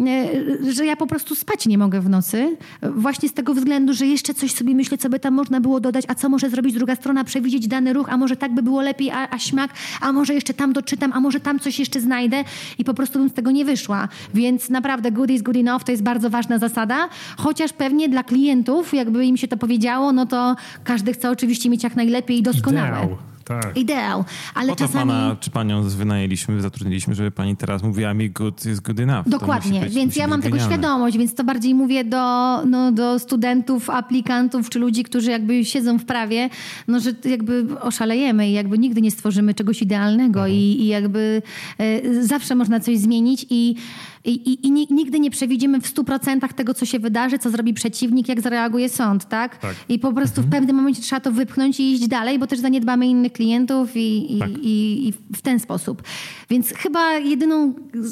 że ja po prostu spać nie mogę w nocy. Właśnie z tego względu, że jeszcze coś sobie myślę, co by tam można było dodać, a co może zrobić druga strona, przewidzieć dany ruch, a może tak by było lepiej, a, a śmak, a może jeszcze tam doczytam, a może tam coś jeszcze znajdę i po prostu bym z tego nie wyszła. Więc naprawdę good is good enough to jest bardzo ważna zasada, chociaż pewnie dla klientów, jakby im się to powiedziało, no to każdy chce oczywiście mieć jak najlepiej i doskonałe. Ideał. Tak. Ideał, ale po to czasami... pana czy panią wynajęliśmy, zatrudniliśmy, żeby pani teraz mówiła mi good is good enough. Dokładnie, być, więc ja mam tego świadomość, więc to bardziej mówię do, no, do studentów, aplikantów, czy ludzi, którzy jakby siedzą w prawie, no, że jakby oszalejemy i jakby nigdy nie stworzymy czegoś idealnego mhm. i, i jakby e, zawsze można coś zmienić i I, i, i nigdy nie przewidzimy w stu procentach tego, co się wydarzy, co zrobi przeciwnik, jak zareaguje sąd, tak? tak. I po prostu mhm. w pewnym momencie trzeba to wypchnąć i iść dalej, bo też zaniedbamy innych klientów i, i, tak. i, i w ten sposób. Więc chyba jedyną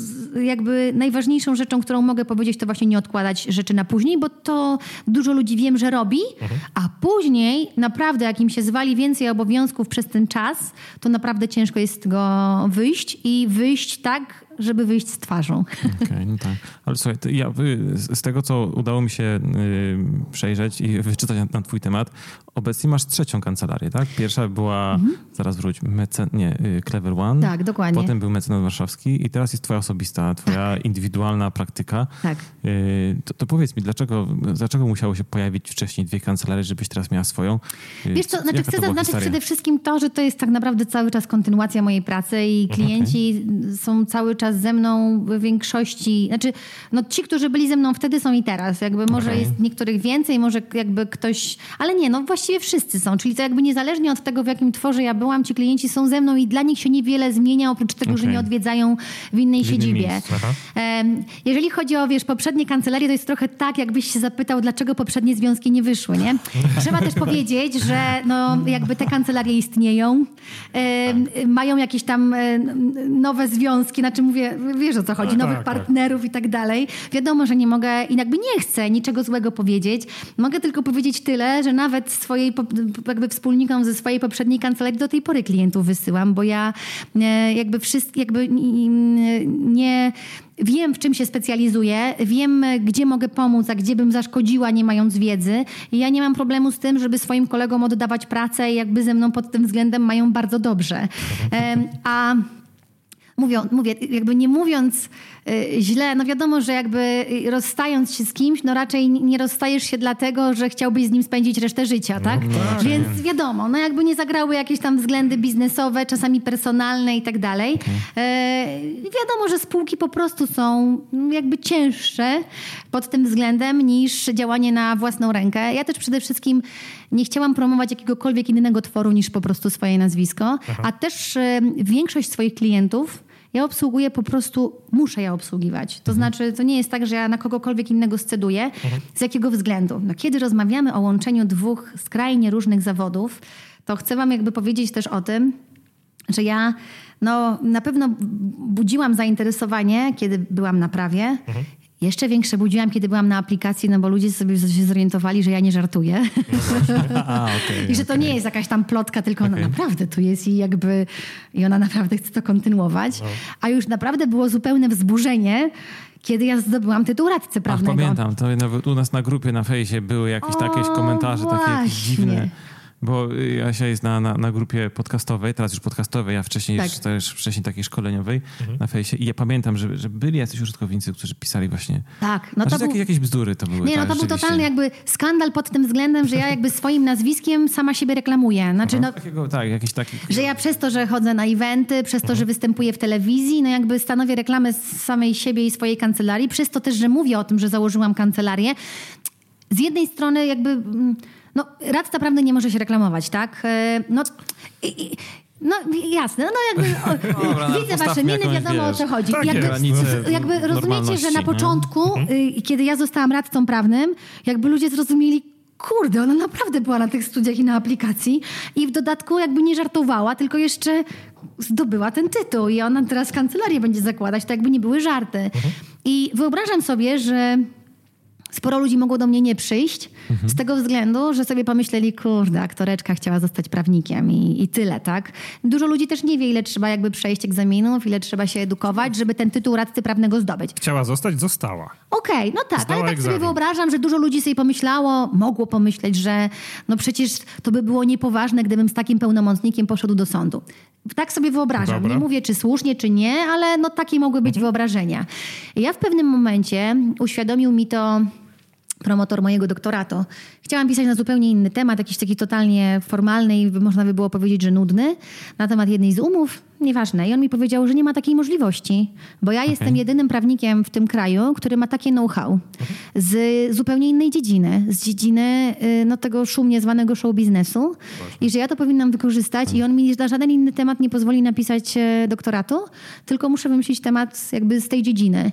jakby najważniejszą rzeczą, którą mogę powiedzieć, to właśnie nie odkładać rzeczy na później, bo to dużo ludzi wiem, że robi, mhm. a później naprawdę jak im się zwali więcej obowiązków przez ten czas, to naprawdę ciężko jest z tego wyjść i wyjść tak, żeby wyjść z twarzą. Okej, okay, no tak. Ale słuchaj, ja z tego, co udało mi się y, przejrzeć i wyczytać na, na twój temat, obecnie masz trzecią kancelarię, tak? Pierwsza była, mhm. zaraz wróć, mecen, nie, y, Clever One. Tak, dokładnie. Potem był Mecenat Warszawski i teraz jest twoja osobista, twoja tak. indywidualna praktyka. Tak. Y, to, to powiedz mi, dlaczego, dlaczego musiało się pojawić wcześniej dwie kancelarie, żebyś teraz miała swoją? Y, Wiesz co, znaczy chcę zaznaczyć historia? Przede wszystkim to, że to jest tak naprawdę cały czas kontynuacja mojej pracy i klienci okay. są cały czas ze mną w większości, znaczy no ci, którzy byli ze mną wtedy są i teraz. Jakby może okay. jest niektórych więcej, może jakby ktoś, ale nie, no właściwie wszyscy są, czyli to jakby niezależnie od tego, w jakim tworze ja byłam, ci klienci są ze mną i dla nich się niewiele zmienia, oprócz tego, okay. że mnie odwiedzają w innej w siedzibie. Jeżeli chodzi o, wiesz, poprzednie kancelarie, to jest trochę tak, jakbyś się zapytał, dlaczego poprzednie związki nie wyszły, nie? Trzeba też powiedzieć, że no jakby te kancelarie istnieją, e, mają jakieś tam e, nowe związki, znaczy mówię, wiesz o co chodzi, nowych tak, partnerów tak. i tak dalej. Wiadomo, że nie mogę i jakby nie chcę niczego złego powiedzieć. Mogę tylko powiedzieć tyle, że nawet swojej jakby wspólnikom ze swojej poprzedniej kancelarii do tej pory klientów wysyłam, bo ja jakby wszystko, jakby nie... Wiem, w czym się specjalizuję, wiem, gdzie mogę pomóc, a gdzie bym zaszkodziła, nie mając wiedzy. I ja nie mam problemu z tym, żeby swoim kolegom oddawać pracę i jakby ze mną pod tym względem mają bardzo dobrze. A Mówią, mówię, jakby nie mówiąc y, źle, no wiadomo, że jakby rozstając się z kimś, no raczej nie rozstajesz się dlatego, że chciałbyś z nim spędzić resztę życia, tak? No, tak. Więc wiadomo, no jakby nie zagrały jakieś tam względy biznesowe, czasami personalne i tak dalej. Okay. Y, wiadomo, że spółki po prostu są jakby cięższe pod tym względem niż działanie na własną rękę. Ja też przede wszystkim nie chciałam promować jakiegokolwiek innego tworu niż po prostu swoje nazwisko, Aha. a też y, większość swoich klientów ja obsługuję po prostu, muszę je obsługiwać. To mhm. znaczy, to nie jest tak, że ja na kogokolwiek innego sceduję. Mhm. Z jakiego względu? No, kiedy rozmawiamy o łączeniu dwóch skrajnie różnych zawodów, to chcę wam jakby powiedzieć też o tym, że ja no, na pewno budziłam zainteresowanie, kiedy byłam na prawie. Mhm. Jeszcze większe budziłam, kiedy byłam na aplikacji, no bo ludzie sobie się zorientowali, że ja nie żartuję. No A, okay, I że to okay. nie jest jakaś tam plotka, tylko okay. ona naprawdę tu jest i jakby i ona naprawdę chce to kontynuować. No. A już naprawdę było zupełne wzburzenie, kiedy ja zdobyłam tytuł radcy prawnego. Ach, pamiętam, to nawet u nas na grupie na fejsie były jakieś o, takie komentarze, właśnie. takie jakieś dziwne. Bo Jasia jest na, na, na grupie podcastowej, teraz już podcastowej, a wcześniej, tak. też, wcześniej takiej szkoleniowej mhm. na fejsie. I ja pamiętam, że, że byli jacyś użytkownicy, którzy pisali właśnie... Tak. No to był... jakieś, jakieś bzdury to były. Nie, tak, no to był totalny jakby skandal pod tym względem, że ja jakby swoim nazwiskiem sama siebie reklamuję. Znaczy, no, Takiego, tak, jakiś taki... Że ja przez to, że chodzę na eventy, przez to, mhm. że występuję w telewizji, no jakby stanowię reklamę z samej siebie i swojej kancelarii, przez to też, że mówię o tym, że założyłam kancelarię. Z jednej strony jakby... No, radca prawny nie może się reklamować, tak? No, i, no jasne, no jakby o, Dobra, widzę wasze miny, wiadomo wiesz, o co chodzi. Tak jakby, jest. jakby rozumiecie, że na początku, nie? kiedy ja zostałam radcą prawnym, jakby ludzie zrozumieli, kurde, ona naprawdę była na tych studiach i na aplikacji i w dodatku jakby nie żartowała, tylko jeszcze zdobyła ten tytuł i ona teraz kancelarię będzie zakładać, to jakby nie były żarty. Mhm. I wyobrażam sobie, że sporo ludzi mogło do mnie nie przyjść mhm. z tego względu, że sobie pomyśleli, kurde, aktoreczka chciała zostać prawnikiem i, i tyle, tak? Dużo ludzi też nie wie, ile trzeba jakby przejść egzaminów, ile trzeba się edukować, żeby ten tytuł radcy prawnego zdobyć. Chciała zostać, została. Okej, okay, no tak, Zdała ale tak egzamin. sobie wyobrażam, że dużo ludzi sobie pomyślało, mogło pomyśleć, że no przecież to by było niepoważne, gdybym z takim pełnomocnikiem poszedł do sądu. Tak sobie wyobrażam. Dobra. Nie mówię, czy słusznie, czy nie, ale no takie mogły być mhm. wyobrażenia. I ja w pewnym momencie uświadomił mi to promotor mojego doktoratu. Chciałam pisać na zupełnie inny temat, jakiś taki totalnie formalny i można by było powiedzieć, że nudny, na temat jednej z umów, nieważne. I on mi powiedział, że nie ma takiej możliwości, bo ja okay. jestem jedynym prawnikiem w tym kraju, który ma takie know-how z zupełnie innej dziedziny, z dziedziny no, tego szumnie zwanego show biznesu Właśnie. i że ja to powinnam wykorzystać hmm. i on mi na żaden inny temat nie pozwoli napisać doktoratu, tylko muszę wymyślić temat jakby z tej dziedziny.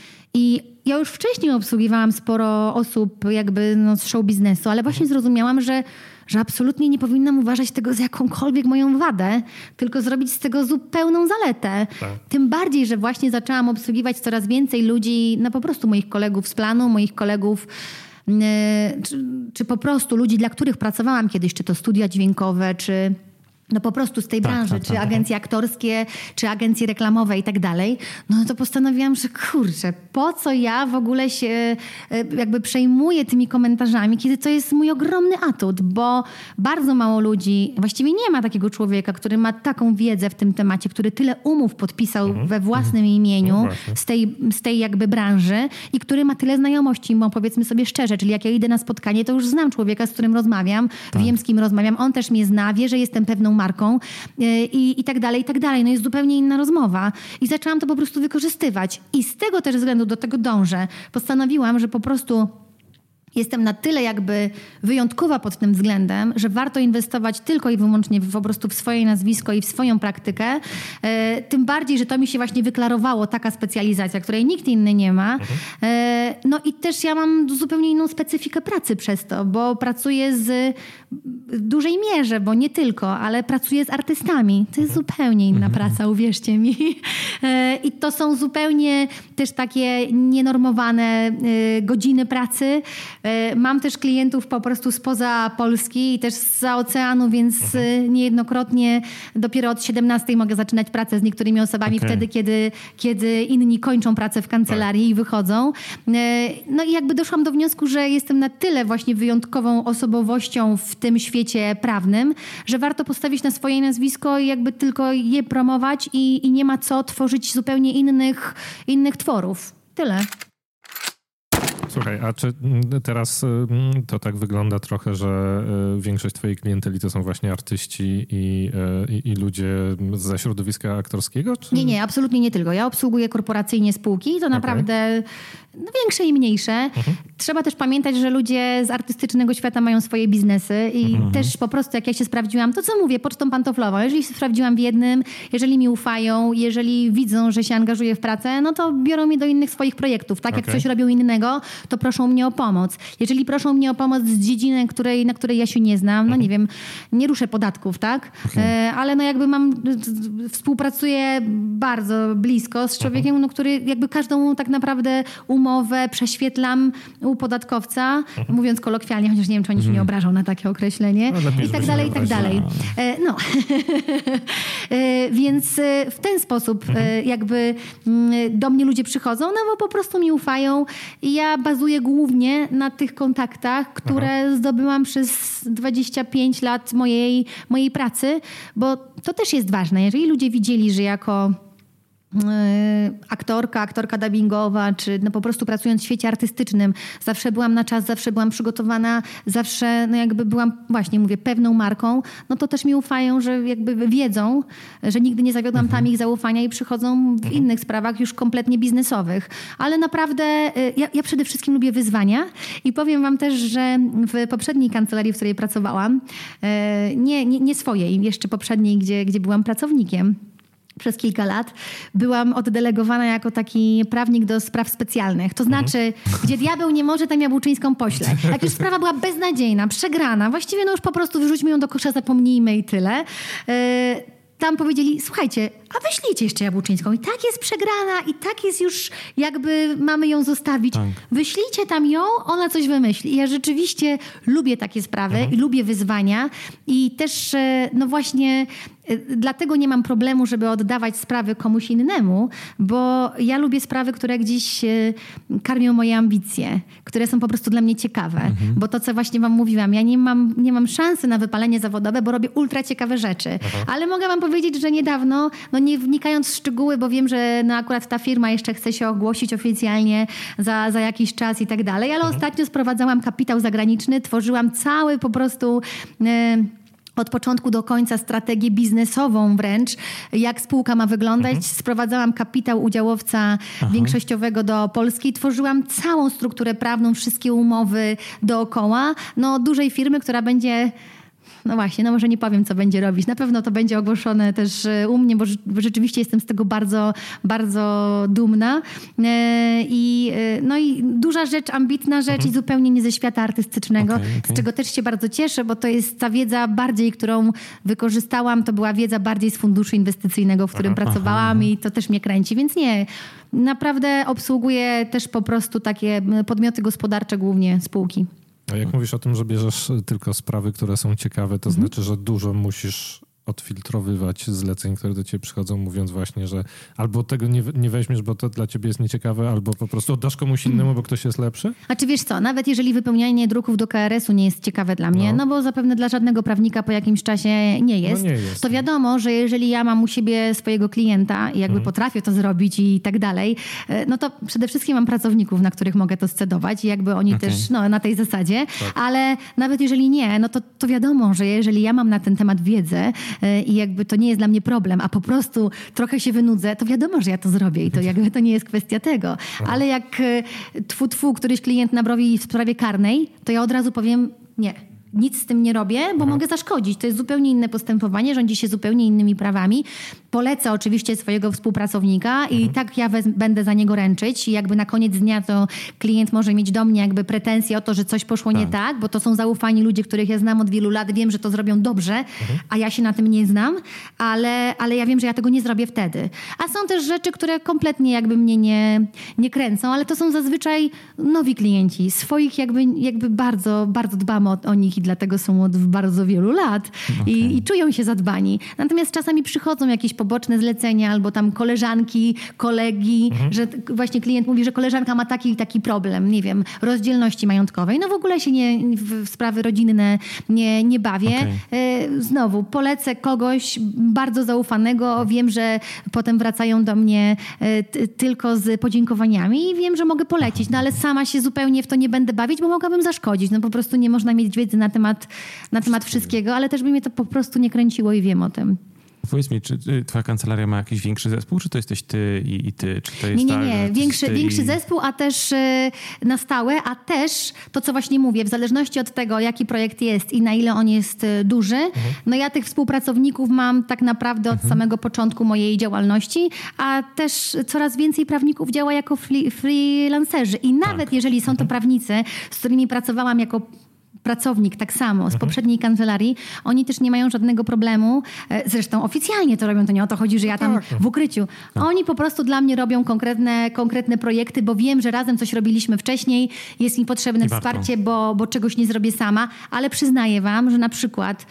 I ja już wcześniej obsługiwałam sporo osób jakby no, z show biznesu, ale właśnie zrozumiałam, że, że absolutnie nie powinnam uważać tego za jakąkolwiek moją wadę, tylko zrobić z tego zupełną zaletę. Tak. Tym bardziej, że właśnie zaczęłam obsługiwać coraz więcej ludzi, no po prostu moich kolegów z planu, moich kolegów yy, czy, czy po prostu ludzi, dla których pracowałam kiedyś, czy to studia dźwiękowe, czy... no po prostu z tej tak, branży, tak, czy tak, agencje aktorskie, czy agencje reklamowe i tak dalej, no to postanowiłam, że kurczę, po co ja w ogóle się jakby przejmuję tymi komentarzami, kiedy to jest mój ogromny atut, bo bardzo mało ludzi, właściwie nie ma takiego człowieka, który ma taką wiedzę w tym temacie, który tyle umów podpisał mhm. we własnym mhm. imieniu no z, tej, z tej jakby branży i który ma tyle znajomości, bo powiedzmy sobie szczerze, czyli jak ja idę na spotkanie, to już znam człowieka, z którym rozmawiam, tak. wiem z kim rozmawiam, on też mnie zna, wie, że jestem pewną marką i, i tak dalej, i tak dalej. No jest zupełnie inna rozmowa. I zaczęłam to po prostu wykorzystywać. I z tego też względu do tego dążę. Postanowiłam, że po prostu jestem na tyle jakby wyjątkowa pod tym względem, że warto inwestować tylko i wyłącznie w, po prostu w swoje nazwisko i w swoją praktykę. E, tym bardziej, że to mi się właśnie wyklarowało, taka specjalizacja, której nikt inny nie ma. Mhm. E, no i też ja mam zupełnie inną specyfikę pracy przez to, bo pracuję z w dużej mierze, bo nie tylko, ale pracuję z artystami. To jest zupełnie inna mhm. praca, uwierzcie mi. E, I to są zupełnie też takie nienormowane e, godziny pracy. Mam też klientów po prostu spoza Polski i też zza oceanu, więc mhm. niejednokrotnie dopiero od siedemnastej mogę zaczynać pracę z niektórymi osobami okay. wtedy, kiedy, kiedy inni kończą pracę w kancelarii tak. i wychodzą. No i jakby doszłam do wniosku, że jestem na tyle właśnie wyjątkową osobowością w tym świecie prawnym, że warto postawić na swoje nazwisko i jakby tylko je promować i, i nie ma co tworzyć zupełnie innych, innych tworów. Tyle. Słuchaj, a czy teraz to tak wygląda trochę, że większość twojej klienteli to są właśnie artyści i, i, i ludzie ze środowiska aktorskiego? Czy... Nie, nie, absolutnie nie tylko. Ja obsługuję korporacyjnie spółki, to naprawdę no, większe i mniejsze. Mhm. Trzeba też pamiętać, że ludzie z artystycznego świata mają swoje biznesy i mhm. też po prostu jak ja się sprawdziłam, to co mówię, pocztą pantoflową. Jeżeli się sprawdziłam w jednym, jeżeli mi ufają, jeżeli widzą, że się angażuję w pracę, no to biorą mnie do innych swoich projektów. Tak okay. jak coś robią innego, to proszą mnie o pomoc. Jeżeli proszą mnie o pomoc z dziedziny, której, na której ja się nie znam, no nie wiem, nie ruszę podatków, tak? Okay. E, ale no jakby mam, współpracuję bardzo blisko z człowiekiem, uh-huh. no, który jakby każdą tak naprawdę umowę prześwietlam u podatkowca, uh-huh. mówiąc kolokwialnie, chociaż nie wiem, czy oni uh-huh. się nie obrażą na takie określenie. No, i tak dalej, i tak dalej. E, no. e, więc w ten sposób uh-huh. e, jakby do mnie ludzie przychodzą, no bo po prostu mi ufają i ja bazuję głównie na tych kontaktach, które Aha. zdobyłam przez dwadzieścia pięć lat mojej, mojej pracy, bo to też jest ważne. Jeżeli ludzie widzieli, że jako aktorka, aktorka dubbingowa, czy no po prostu pracując w świecie artystycznym, zawsze byłam na czas, zawsze byłam przygotowana, zawsze no jakby byłam, właśnie mówię, pewną marką, no to też mi ufają, że jakby wiedzą, że nigdy nie zawiodłam mhm. tam ich zaufania i przychodzą w mhm. innych sprawach już kompletnie biznesowych. Ale naprawdę ja, ja przede wszystkim lubię wyzwania i powiem wam też, że w poprzedniej kancelarii, w której pracowałam, nie, nie, nie swojej, jeszcze poprzedniej, gdzie, gdzie byłam pracownikiem, przez kilka lat byłam oddelegowana jako taki prawnik do spraw specjalnych. To znaczy, mhm. gdzie diabeł nie może, tam Jabłczyńską pośle. Jak już sprawa była beznadziejna, przegrana, właściwie no już po prostu wyrzućmy ją do kosza, zapomnijmy i tyle. Yy, tam powiedzieli, słuchajcie, a wyślijcie jeszcze Jabłczyńską. I tak jest przegrana, i tak jest już, jakby mamy ją zostawić. Tak. Wyślijcie tam ją, ona coś wymyśli. I ja rzeczywiście lubię takie sprawy mhm. i lubię wyzwania. I też, no właśnie, dlatego nie mam problemu, żeby oddawać sprawy komuś innemu, bo ja lubię sprawy, które gdzieś karmią moje ambicje, które są po prostu dla mnie ciekawe. Mhm. Bo to, co właśnie wam mówiłam, ja nie mam, nie mam szansy na wypalenie zawodowe, bo robię ultra ciekawe rzeczy. Aha. Ale mogę wam powiedzieć, że niedawno, no nie wnikając w szczegóły, bo wiem, że no akurat ta firma jeszcze chce się ogłosić oficjalnie za, za jakiś czas i tak dalej, ale mhm. ostatnio sprowadzałam kapitał zagraniczny, tworzyłam cały po prostu... Yy, od początku do końca strategię biznesową wręcz, jak spółka ma wyglądać. Mhm. Sprowadzałam kapitał udziałowca Aha. większościowego do Polski. Tworzyłam całą strukturę prawną, wszystkie umowy dookoła. No, dużej firmy, która będzie... No właśnie, no może nie powiem, co będzie robić. Na pewno to będzie ogłoszone też u mnie, bo rzeczywiście jestem z tego bardzo, bardzo dumna. I, no i duża rzecz, ambitna rzecz mhm. i zupełnie nie ze świata artystycznego, okay, okay. z czego też się bardzo cieszę, bo to jest ta wiedza bardziej, którą wykorzystałam, to była wiedza bardziej z funduszu inwestycyjnego, w którym aha, pracowałam aha. i to też mnie kręci, więc nie. Naprawdę obsługuję też po prostu takie podmioty gospodarcze, głównie spółki. A jak mówisz o tym, że bierzesz tylko sprawy, które są ciekawe, to mhm. znaczy, że dużo musisz odfiltrowywać zleceń, które do ciebie przychodzą, mówiąc właśnie, że albo tego nie, nie weźmiesz, bo to dla ciebie jest nieciekawe, albo po prostu oddasz komuś innemu, bo ktoś jest lepszy? A czy wiesz co, nawet jeżeli wypełnianie druków do K R S u nie jest ciekawe dla mnie, no, no bo zapewne dla żadnego prawnika po jakimś czasie nie jest, no nie jest. To wiadomo, że jeżeli ja mam u siebie swojego klienta i jakby hmm. potrafię to zrobić i tak dalej, no to przede wszystkim mam pracowników, na których mogę to scedować i jakby oni okay. też no, na tej zasadzie, tak. ale nawet jeżeli nie, no to, to wiadomo, że jeżeli ja mam na ten temat wiedzę, i jakby to nie jest dla mnie problem, a po prostu trochę się wynudzę, to wiadomo, że ja to zrobię i to jakby to nie jest kwestia tego. Ale jak tfu, tfu, któryś klient nabrowi w sprawie karnej, to ja od razu powiem nie. Nic z tym nie robię, bo Aha. mogę zaszkodzić. To jest zupełnie inne postępowanie, rządzi się zupełnie innymi prawami. Polecę oczywiście swojego współpracownika i mhm. tak ja wez- będę za niego ręczyć i jakby na koniec dnia to klient może mieć do mnie jakby pretensje o to, że coś poszło tak. nie tak, bo to są zaufani ludzie, których ja znam od wielu lat, wiem, że to zrobią dobrze, mhm. a ja się na tym nie znam, ale, ale ja wiem, że ja tego nie zrobię wtedy. A są też rzeczy, które kompletnie jakby mnie nie, nie kręcą, ale to są zazwyczaj nowi klienci. Swoich jakby, jakby bardzo, bardzo dbamy o, o nich i dlatego są od bardzo wielu lat okay. I, i czują się zadbani. Natomiast czasami przychodzą jakieś poboczne zlecenia albo tam koleżanki, kolegi, mhm. że właśnie klient mówi, że koleżanka ma taki i taki problem, nie wiem, rozdzielności majątkowej. No w ogóle się nie, w sprawy rodzinne nie, nie bawię. Okay. Znowu, polecę kogoś bardzo zaufanego. Wiem, że potem wracają do mnie t- tylko z podziękowaniami i wiem, że mogę polecić, no ale sama się zupełnie w to nie będę bawić, bo mogłabym zaszkodzić. No po prostu nie można mieć wiedzy na temat, na temat wszystkiego, ale też by mnie to po prostu nie kręciło i wiem o tym. Powiedz mi, czy twoja kancelaria ma jakiś większy zespół, czy to jesteś ty i, i ty? Czy to jest nie, nie, nie. Tak, większy, większy i... zespół, a też yy, na stałe, a też to, co właśnie mówię, w zależności od tego, jaki projekt jest i na ile on jest y, duży, mhm. no ja tych współpracowników mam tak naprawdę od mhm. samego początku mojej działalności, a też coraz więcej prawników działa jako free, freelancerzy. I nawet tak. jeżeli są to prawnicy, z którymi pracowałam jako pracownik tak samo z mhm. poprzedniej kancelarii, oni też nie mają żadnego problemu. Zresztą oficjalnie to robią, to nie o to chodzi, że ja tam tak. w ukryciu. Tak. Oni po prostu dla mnie robią konkretne, konkretne projekty, bo wiem, że razem coś robiliśmy wcześniej, jest mi potrzebne wsparcie, bo, bo czegoś nie zrobię sama, ale przyznaję wam, że na przykład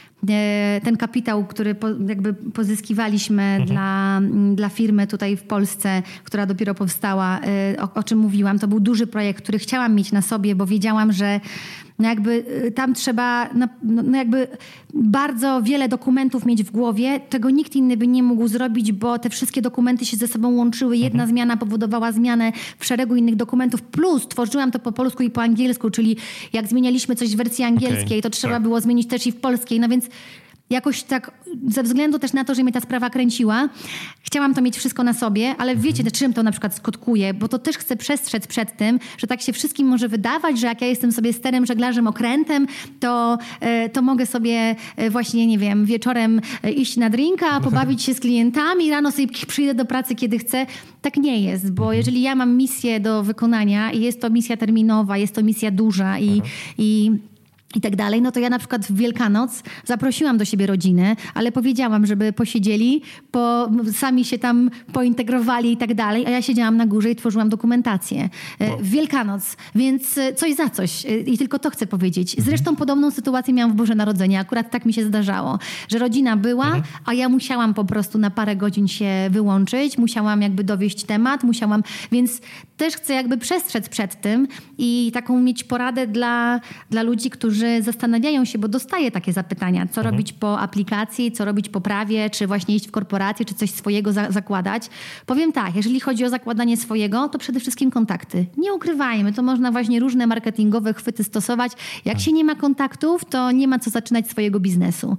ten kapitał, który po, jakby pozyskiwaliśmy mhm. dla, dla firmy tutaj w Polsce, która dopiero powstała, o, o czym mówiłam, to był duży projekt, który chciałam mieć na sobie, bo wiedziałam, że no jakby tam trzeba no, no jakby bardzo wiele dokumentów mieć w głowie. Tego nikt inny by nie mógł zrobić, bo te wszystkie dokumenty się ze sobą łączyły. Jedna mhm. zmiana powodowała zmianę w szeregu innych dokumentów. Plus tworzyłam to po polsku i po angielsku, czyli jak zmienialiśmy coś w wersji angielskiej, okay. to trzeba tak. było zmienić też i w polskiej. No więc jakoś tak, ze względu też na to, że mnie ta sprawa kręciła, chciałam to mieć wszystko na sobie, ale wiecie, czym to na przykład skutkuje, bo to też chcę przestrzec przed tym, że tak się wszystkim może wydawać, że jak ja jestem sobie sterem, żeglarzem, okrętem, to, to mogę sobie właśnie, nie wiem, wieczorem iść na drinka, pobawić się z klientami, rano sobie przyjdę do pracy, kiedy chcę. Tak nie jest, bo jeżeli ja mam misję do wykonania i jest to misja terminowa, jest to misja duża i, i i tak dalej, no to ja na przykład w Wielkanoc zaprosiłam do siebie rodzinę, ale powiedziałam, żeby posiedzieli, po, sami się tam pointegrowali i tak dalej, a ja siedziałam na górze i tworzyłam dokumentację wow. w Wielkanoc, więc coś za coś i tylko to chcę powiedzieć. Zresztą podobną sytuację miałam w Boże Narodzenie, akurat tak mi się zdarzało, że rodzina była, mhm. a ja musiałam po prostu na parę godzin się wyłączyć, musiałam jakby dowieść temat, musiałam, więc też chcę jakby przestrzec przed tym i taką mieć poradę dla, dla ludzi, którzy zastanawiają się, bo dostaję takie zapytania, co mhm. robić po aplikacji, co robić po prawie, czy właśnie iść w korporację, czy coś swojego za- zakładać. Powiem tak, jeżeli chodzi o zakładanie swojego, to przede wszystkim kontakty. Nie ukrywajmy, to można właśnie różne marketingowe chwyty stosować. Jak się nie ma kontaktów, to nie ma co zaczynać swojego biznesu.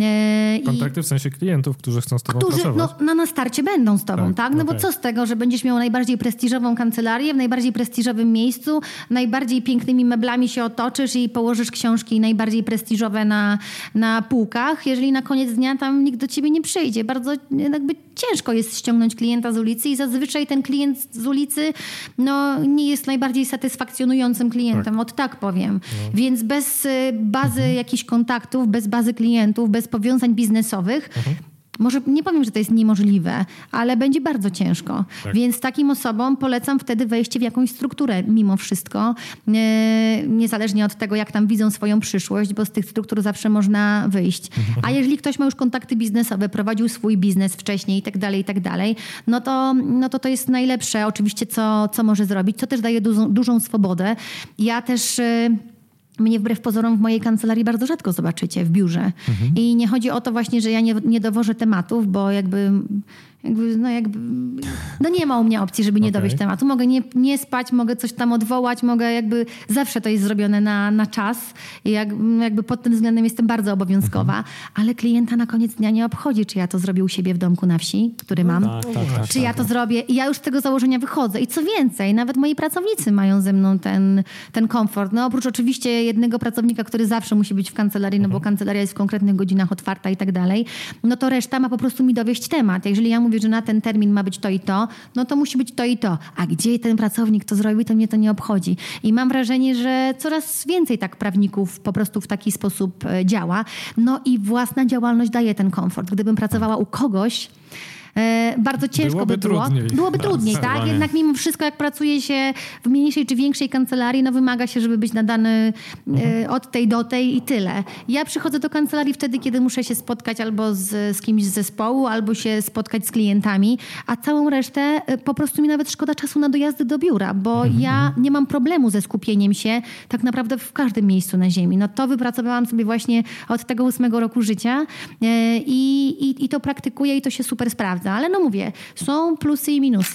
E, kontakty i w sensie klientów, którzy chcą z tobą którzy, pracować. No, no na starcie będą z tobą, tak? tak? No okay. bo co z tego, że będziesz miał najbardziej prestiżową kancelarię w najbardziej prestiżowym miejscu, najbardziej pięknymi meblami się otoczysz i położysz książki najbardziej prestiżowe na, na półkach, jeżeli na koniec dnia tam nikt do ciebie nie przyjdzie. Bardzo jakby ciężko jest ściągnąć klienta z ulicy i zazwyczaj ten klient z ulicy no, nie jest najbardziej satysfakcjonującym klientem, tak. od tak powiem. No. Więc bez bazy mhm. jakichś kontaktów, bez bazy klientów, bez powiązań biznesowych mhm. może nie powiem, że to jest niemożliwe, ale będzie bardzo ciężko. Tak. Więc takim osobom polecam wtedy wejście w jakąś strukturę mimo wszystko. Nie, niezależnie od tego, jak tam widzą swoją przyszłość, bo z tych struktur zawsze można wyjść. A jeżeli ktoś ma już kontakty biznesowe, prowadził swój biznes wcześniej i tak dalej, i tak dalej, no to, no to to jest najlepsze oczywiście, co, co może zrobić. To też daje dużą, dużą swobodę. Ja też... Mnie wbrew pozorom w mojej kancelarii bardzo rzadko zobaczycie w biurze. Mhm. I nie chodzi o to właśnie, że ja nie, nie dowożę tematów, bo jakby, jakby, no jakby, no nie ma u mnie opcji, żeby nie okay. dowieść tematu. Mogę nie, nie spać, mogę coś tam odwołać, mogę jakby, zawsze to jest zrobione na, na czas. I jak, jakby pod tym względem jestem bardzo obowiązkowa, mhm. ale klienta na koniec dnia nie obchodzi, czy ja to zrobię u siebie w domku na wsi, który mam, tak, tak, tak, czy tak, ja to tak. zrobię. I ja już z tego założenia wychodzę. I co więcej, nawet moi pracownicy mają ze mną ten, ten komfort. No oprócz oczywiście jednego pracownika, który zawsze musi być w kancelarii, no bo kancelaria jest w konkretnych godzinach otwarta i tak dalej, no to reszta ma po prostu mi dowieść temat. Jeżeli ja mówię, że na ten termin ma być to i to, no to musi być to i to. A gdzie ten pracownik to zrobi, to mnie to nie obchodzi. I mam wrażenie, że coraz więcej tak prawników po prostu w taki sposób działa. No i własna działalność daje ten komfort. Gdybym pracowała u kogoś, E, bardzo ciężko Byłoby by było. trudniej. Byłoby No, trudniej, tak? Jednak mimo wszystko, jak pracuje się w mniejszej czy większej kancelarii, no wymaga się, żeby być nadany e, od tej do tej i tyle. Ja przychodzę do kancelarii wtedy, kiedy muszę się spotkać albo z, z kimś z zespołu, albo się spotkać z klientami, a całą resztę e, po prostu mi nawet szkoda czasu na dojazdy do biura, bo mhm. ja nie mam problemu ze skupieniem się tak naprawdę w każdym miejscu na ziemi. No to wypracowałam sobie właśnie od tego ósmego roku życia e, i, i, i to praktykuję i to się super sprawdza. Ale no mówię, są plusy i minusy.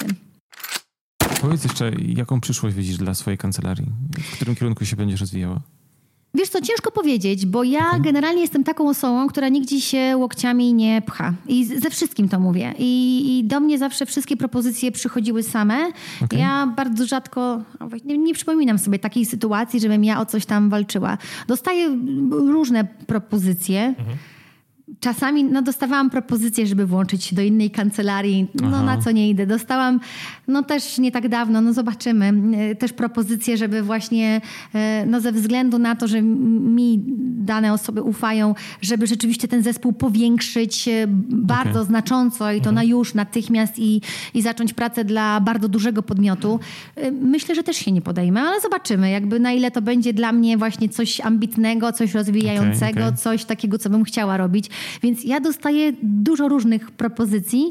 Powiedz jeszcze, jaką przyszłość widzisz dla swojej kancelarii? W którym kierunku się będziesz rozwijała? Wiesz co, ciężko powiedzieć, bo ja okay. generalnie jestem taką osobą, która nigdzie się łokciami nie pcha. I ze wszystkim to mówię. I, i do mnie zawsze wszystkie propozycje przychodziły same. Okay. Ja bardzo rzadko, nie, nie przypominam sobie takiej sytuacji, żebym ja o coś tam walczyła. Dostaję różne propozycje. Mhm. Czasami no, dostawałam propozycję, żeby włączyć się do innej kancelarii. No Aha. na co nie idę. Dostałam, no też nie tak dawno, no zobaczymy, też propozycję, żeby właśnie, no ze względu na to, że mi dane osoby ufają, żeby rzeczywiście ten zespół powiększyć bardzo okay. znacząco i to mhm. na już, natychmiast i, i zacząć pracę dla bardzo dużego podmiotu. Myślę, że też się nie podejmę, ale zobaczymy, jakby na ile to będzie dla mnie właśnie coś ambitnego, coś rozwijającego, okay, okay. coś takiego, co bym chciała robić. Więc ja dostaję dużo różnych propozycji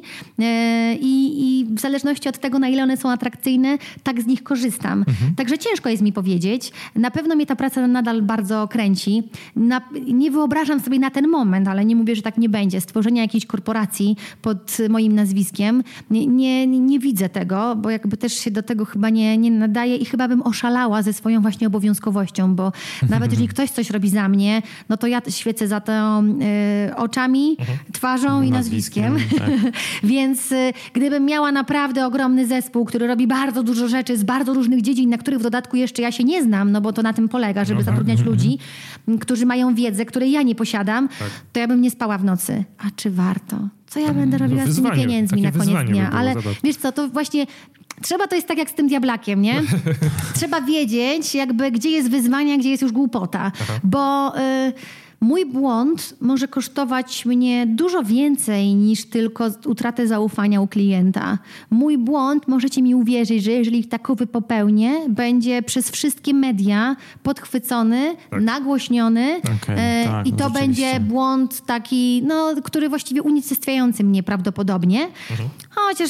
i, i w zależności od tego, na ile one są atrakcyjne, tak z nich korzystam. Mhm. Także ciężko jest mi powiedzieć. Na pewno mnie ta praca nadal bardzo kręci. Na, nie wyobrażam sobie na ten moment, ale nie mówię, że tak nie będzie, stworzenia jakiejś korporacji pod moim nazwiskiem. Nie, nie, nie widzę tego, bo jakby też się do tego chyba nie, nie nadaje i chyba bym oszalała ze swoją właśnie obowiązkowością, bo nawet jeżeli ktoś coś robi za mnie, no to ja świecę za to y, oczami, mhm. twarzą i nazwiskiem. nazwiskiem tak. Więc y, gdybym miała naprawdę ogromny zespół, który robi bardzo dużo rzeczy z bardzo różnych dziedzin, na których w dodatku jeszcze ja się nie znam, no bo to na tym polega, żeby mhm. zatrudniać mhm. ludzi, którzy mają wiedzę, której ja nie posiadam, tak. to ja bym nie spała w nocy. A czy warto? Co ja będę robiła no, z tymi pieniędzmi na koniec dnia? Ale wiesz co, to właśnie... Trzeba, to jest tak jak z tym diablakiem, nie? Trzeba wiedzieć jakby, gdzie jest wyzwanie, a gdzie jest już głupota. Aha. Bo y, mój błąd może kosztować mnie dużo więcej niż tylko utratę zaufania u klienta. Mój błąd, możecie mi uwierzyć, że jeżeli takowy popełnię, będzie przez wszystkie media podchwycony, tak. nagłośniony okay, e, tak, i to no będzie błąd taki, no, który właściwie unicestwiający mnie prawdopodobnie. Mhm. Chociaż...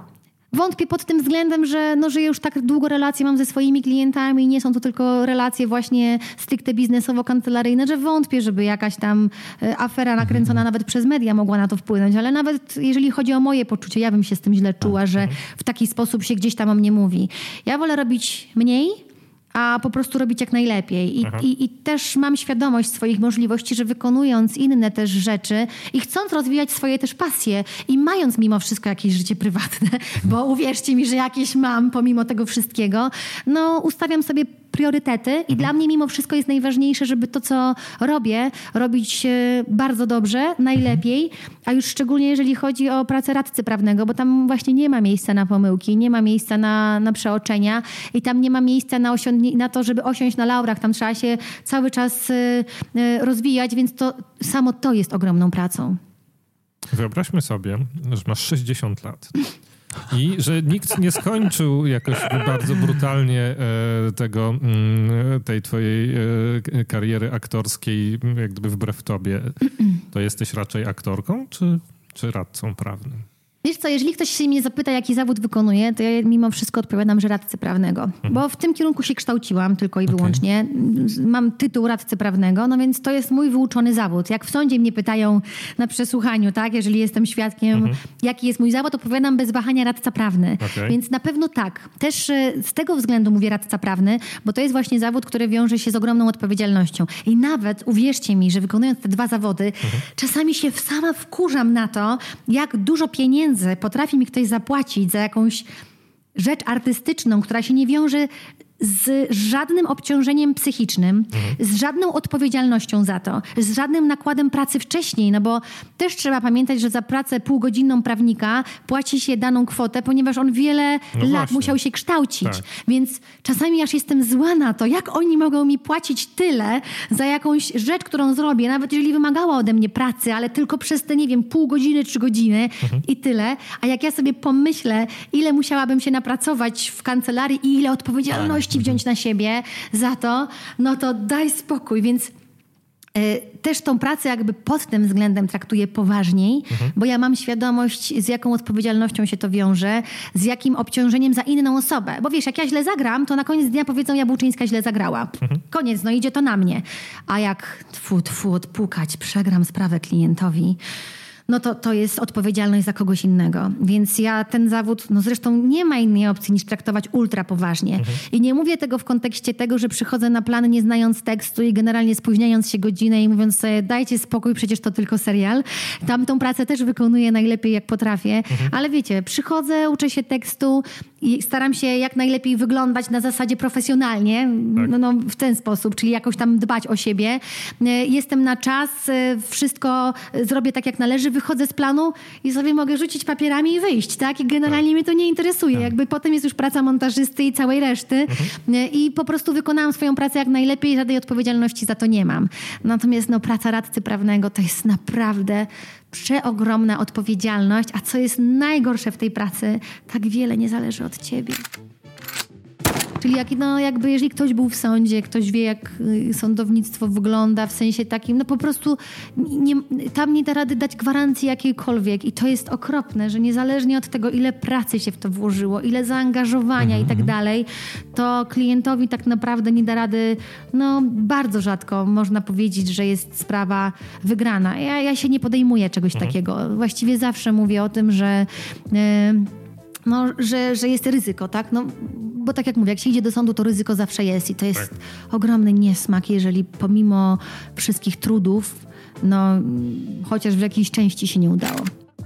Wątpię pod tym względem, że, no, że już tak długo relacje mam ze swoimi klientami i nie są to tylko relacje właśnie stricte biznesowo-kancelaryjne, że wątpię, żeby jakaś tam afera nakręcona nawet przez media mogła na to wpłynąć. Ale nawet jeżeli chodzi o moje poczucie, ja bym się z tym źle czuła, że w taki sposób się gdzieś tam o mnie mówi. Ja wolę robić mniej, a po prostu robić jak najlepiej. I, i, I też mam świadomość swoich możliwości, że wykonując inne też rzeczy i chcąc rozwijać swoje też pasje i mając mimo wszystko jakieś życie prywatne, bo uwierzcie mi, że jakieś mam pomimo tego wszystkiego, no ustawiam sobie priorytety i mhm. dla mnie mimo wszystko jest najważniejsze, żeby to, co robię, robić bardzo dobrze, najlepiej, a już szczególnie jeżeli chodzi o pracę radcy prawnego, bo tam właśnie nie ma miejsca na pomyłki, nie ma miejsca na, na przeoczenia i tam nie ma miejsca na, osiągnie, na to, żeby osiąść na laurach. Tam trzeba się cały czas y, y, rozwijać, więc to samo to jest ogromną pracą. Wyobraźmy sobie, że masz sześćdziesiąt lat. I że nikt nie skończył jakoś bardzo brutalnie e, tego, m, tej twojej e, kariery aktorskiej, jak gdyby wbrew tobie. To jesteś raczej aktorką czy, czy radcą prawnym? Wiesz co, jeżeli ktoś się mnie zapyta, jaki zawód wykonuję, to ja mimo wszystko odpowiadam, że radcy prawnego. Mhm. Bo w tym kierunku się kształciłam tylko i okay. wyłącznie. Mam tytuł radcy prawnego, no więc to jest mój wyuczony zawód. Jak w sądzie mnie pytają na przesłuchaniu, tak, jeżeli jestem świadkiem, mhm. jaki jest mój zawód, odpowiadam bez wahania radca prawny. Okay. Więc na pewno tak. Też z tego względu mówię radca prawny, bo to jest właśnie zawód, który wiąże się z ogromną odpowiedzialnością. I nawet, uwierzcie mi, że wykonując te dwa zawody, mhm. czasami się sama wkurzam na to, jak dużo pieniędzy potrafi mi ktoś zapłacić za jakąś rzecz artystyczną, która się nie wiąże z żadnym obciążeniem psychicznym, mhm. z żadną odpowiedzialnością za to, z żadnym nakładem pracy wcześniej, no bo też trzeba pamiętać, że za pracę półgodzinną prawnika płaci się daną kwotę, ponieważ on wiele no lat właśnie. musiał się kształcić. Tak. Więc czasami aż jestem zła na to, jak oni mogą mi płacić tyle za jakąś rzecz, którą zrobię, nawet jeżeli wymagała ode mnie pracy, ale tylko przez te, nie wiem, pół godziny, trzy godziny mhm. i tyle. A jak ja sobie pomyślę, ile musiałabym się napracować w kancelarii i ile odpowiedzialności wziąć na siebie za to, no to daj spokój. Więc y, też tą pracę jakby pod tym względem traktuję poważniej, mhm. bo ja mam świadomość, z jaką odpowiedzialnością się to wiąże, z jakim obciążeniem za inną osobę. Bo wiesz, jak ja źle zagram, to na koniec dnia powiedzą, Jabłczyńska źle zagrała. Mhm. Koniec, no idzie to na mnie. A jak tfu, tfu, odpukać, przegram sprawę klientowi, no to to jest odpowiedzialność za kogoś innego. Więc ja ten zawód, no zresztą nie ma innej opcji niż traktować ultra poważnie. Mhm. I nie mówię tego w kontekście tego, że przychodzę na plan nie znając tekstu i generalnie spóźniając się godzinę i mówiąc sobie, dajcie spokój, przecież to tylko serial. Tamtą pracę też wykonuję najlepiej jak potrafię. Mhm. Ale wiecie, przychodzę, uczę się tekstu i staram się jak najlepiej wyglądać na zasadzie profesjonalnie. Tak. No, no w ten sposób, czyli jakoś tam dbać o siebie. Jestem na czas, wszystko zrobię tak jak należy, wychodzę z planu i sobie mogę rzucić papierami i wyjść, tak? I generalnie tak. mnie to nie interesuje. Tak. Jakby potem jest już praca montażysty i całej reszty mhm. i po prostu wykonałam swoją pracę jak najlepiej i żadnej odpowiedzialności za to nie mam. Natomiast no, praca radcy prawnego to jest naprawdę przeogromna odpowiedzialność, a co jest najgorsze w tej pracy, tak wiele nie zależy od ciebie. Czyli jak, no, jakby jeżeli ktoś był w sądzie, ktoś wie, jak sądownictwo wygląda, w sensie takim, no po prostu nie, tam nie da rady dać gwarancji jakiejkolwiek i to jest okropne, że niezależnie od tego, ile pracy się w to włożyło, ile zaangażowania mhm. i tak dalej, to klientowi tak naprawdę nie da rady, no bardzo rzadko można powiedzieć, że jest sprawa wygrana. Ja, ja się nie podejmuję czegoś mhm. takiego. Właściwie zawsze mówię o tym, że... Yy, No, że, że jest ryzyko, tak? No, bo tak jak mówię, jak się idzie do sądu, to ryzyko zawsze jest i to jest tak. ogromny niesmak, jeżeli pomimo wszystkich trudów, no, chociaż w jakiejś części się nie udało.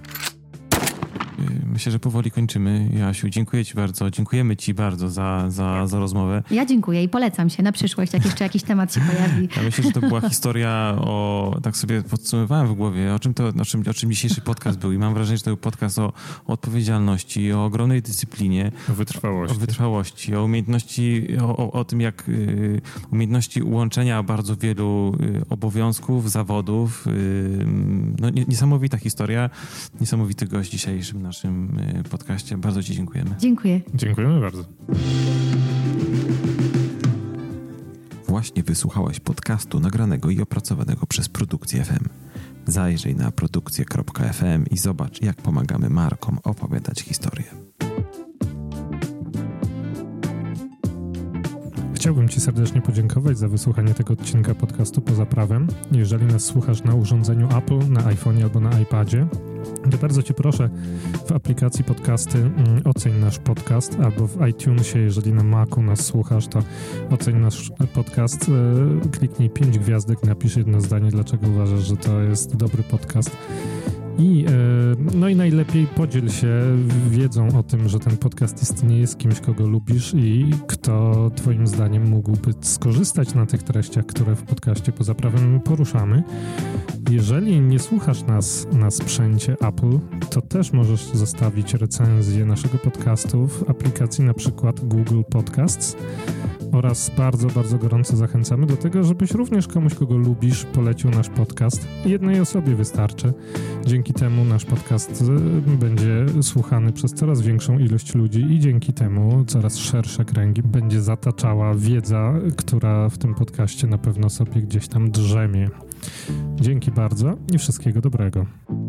Myślę, że powoli kończymy. Jasiu, dziękuję ci bardzo. Dziękujemy ci bardzo za, za, za rozmowę. Ja dziękuję i polecam się na przyszłość, jak jeszcze jakiś temat się pojawi. Ja myślę, że to była historia o... Tak sobie podsumowałem w głowie, o czym, to, o czym, o czym dzisiejszy podcast był. I mam wrażenie, że to był podcast o, o odpowiedzialności, o ogromnej dyscyplinie. O wytrwałości. O wytrwałości, o umiejętności, o, o, o tym, jak y, umiejętności łączenia bardzo wielu y, obowiązków, zawodów. Y, no, niesamowita historia. Niesamowity gość w dzisiejszym naszym podcaście. Bardzo ci dziękujemy. Dziękuję. Dziękujemy bardzo. Właśnie wysłuchałeś podcastu nagranego i opracowanego przez Produkcję F M. Zajrzyj na produkcję kropka f m i zobacz, jak pomagamy markom opowiadać historię. Chciałbym ci serdecznie podziękować za wysłuchanie tego odcinka podcastu Poza Prawem. Jeżeli nas słuchasz na urządzeniu Apple, na iPhone'ie albo na iPadzie, to bardzo cię proszę, w aplikacji podcasty mm, oceń nasz podcast, albo w iTunesie, jeżeli na Macu nas słuchasz, to oceń nasz podcast, e, kliknij pięć gwiazdek, napisz jedno zdanie, dlaczego uważasz, że to jest dobry podcast. I, no i najlepiej podziel się wiedzą o tym, że ten podcast istnieje, z kimś, kogo lubisz i kto twoim zdaniem mógłby skorzystać na tych treściach, które w podcaście Poza Prawem poruszamy. Jeżeli nie słuchasz nas na sprzęcie Apple, to też możesz zostawić recenzję naszego podcastu w aplikacji na przykład Google Podcasts. Oraz bardzo, bardzo gorąco zachęcamy do tego, żebyś również komuś, kogo lubisz, polecił nasz podcast. Jednej osobie wystarczy. Dzięki temu nasz podcast będzie słuchany przez coraz większą ilość ludzi i dzięki temu coraz szersze kręgi będzie zataczała wiedza, która w tym podcaście na pewno sobie gdzieś tam drzemie. Dzięki bardzo i wszystkiego dobrego.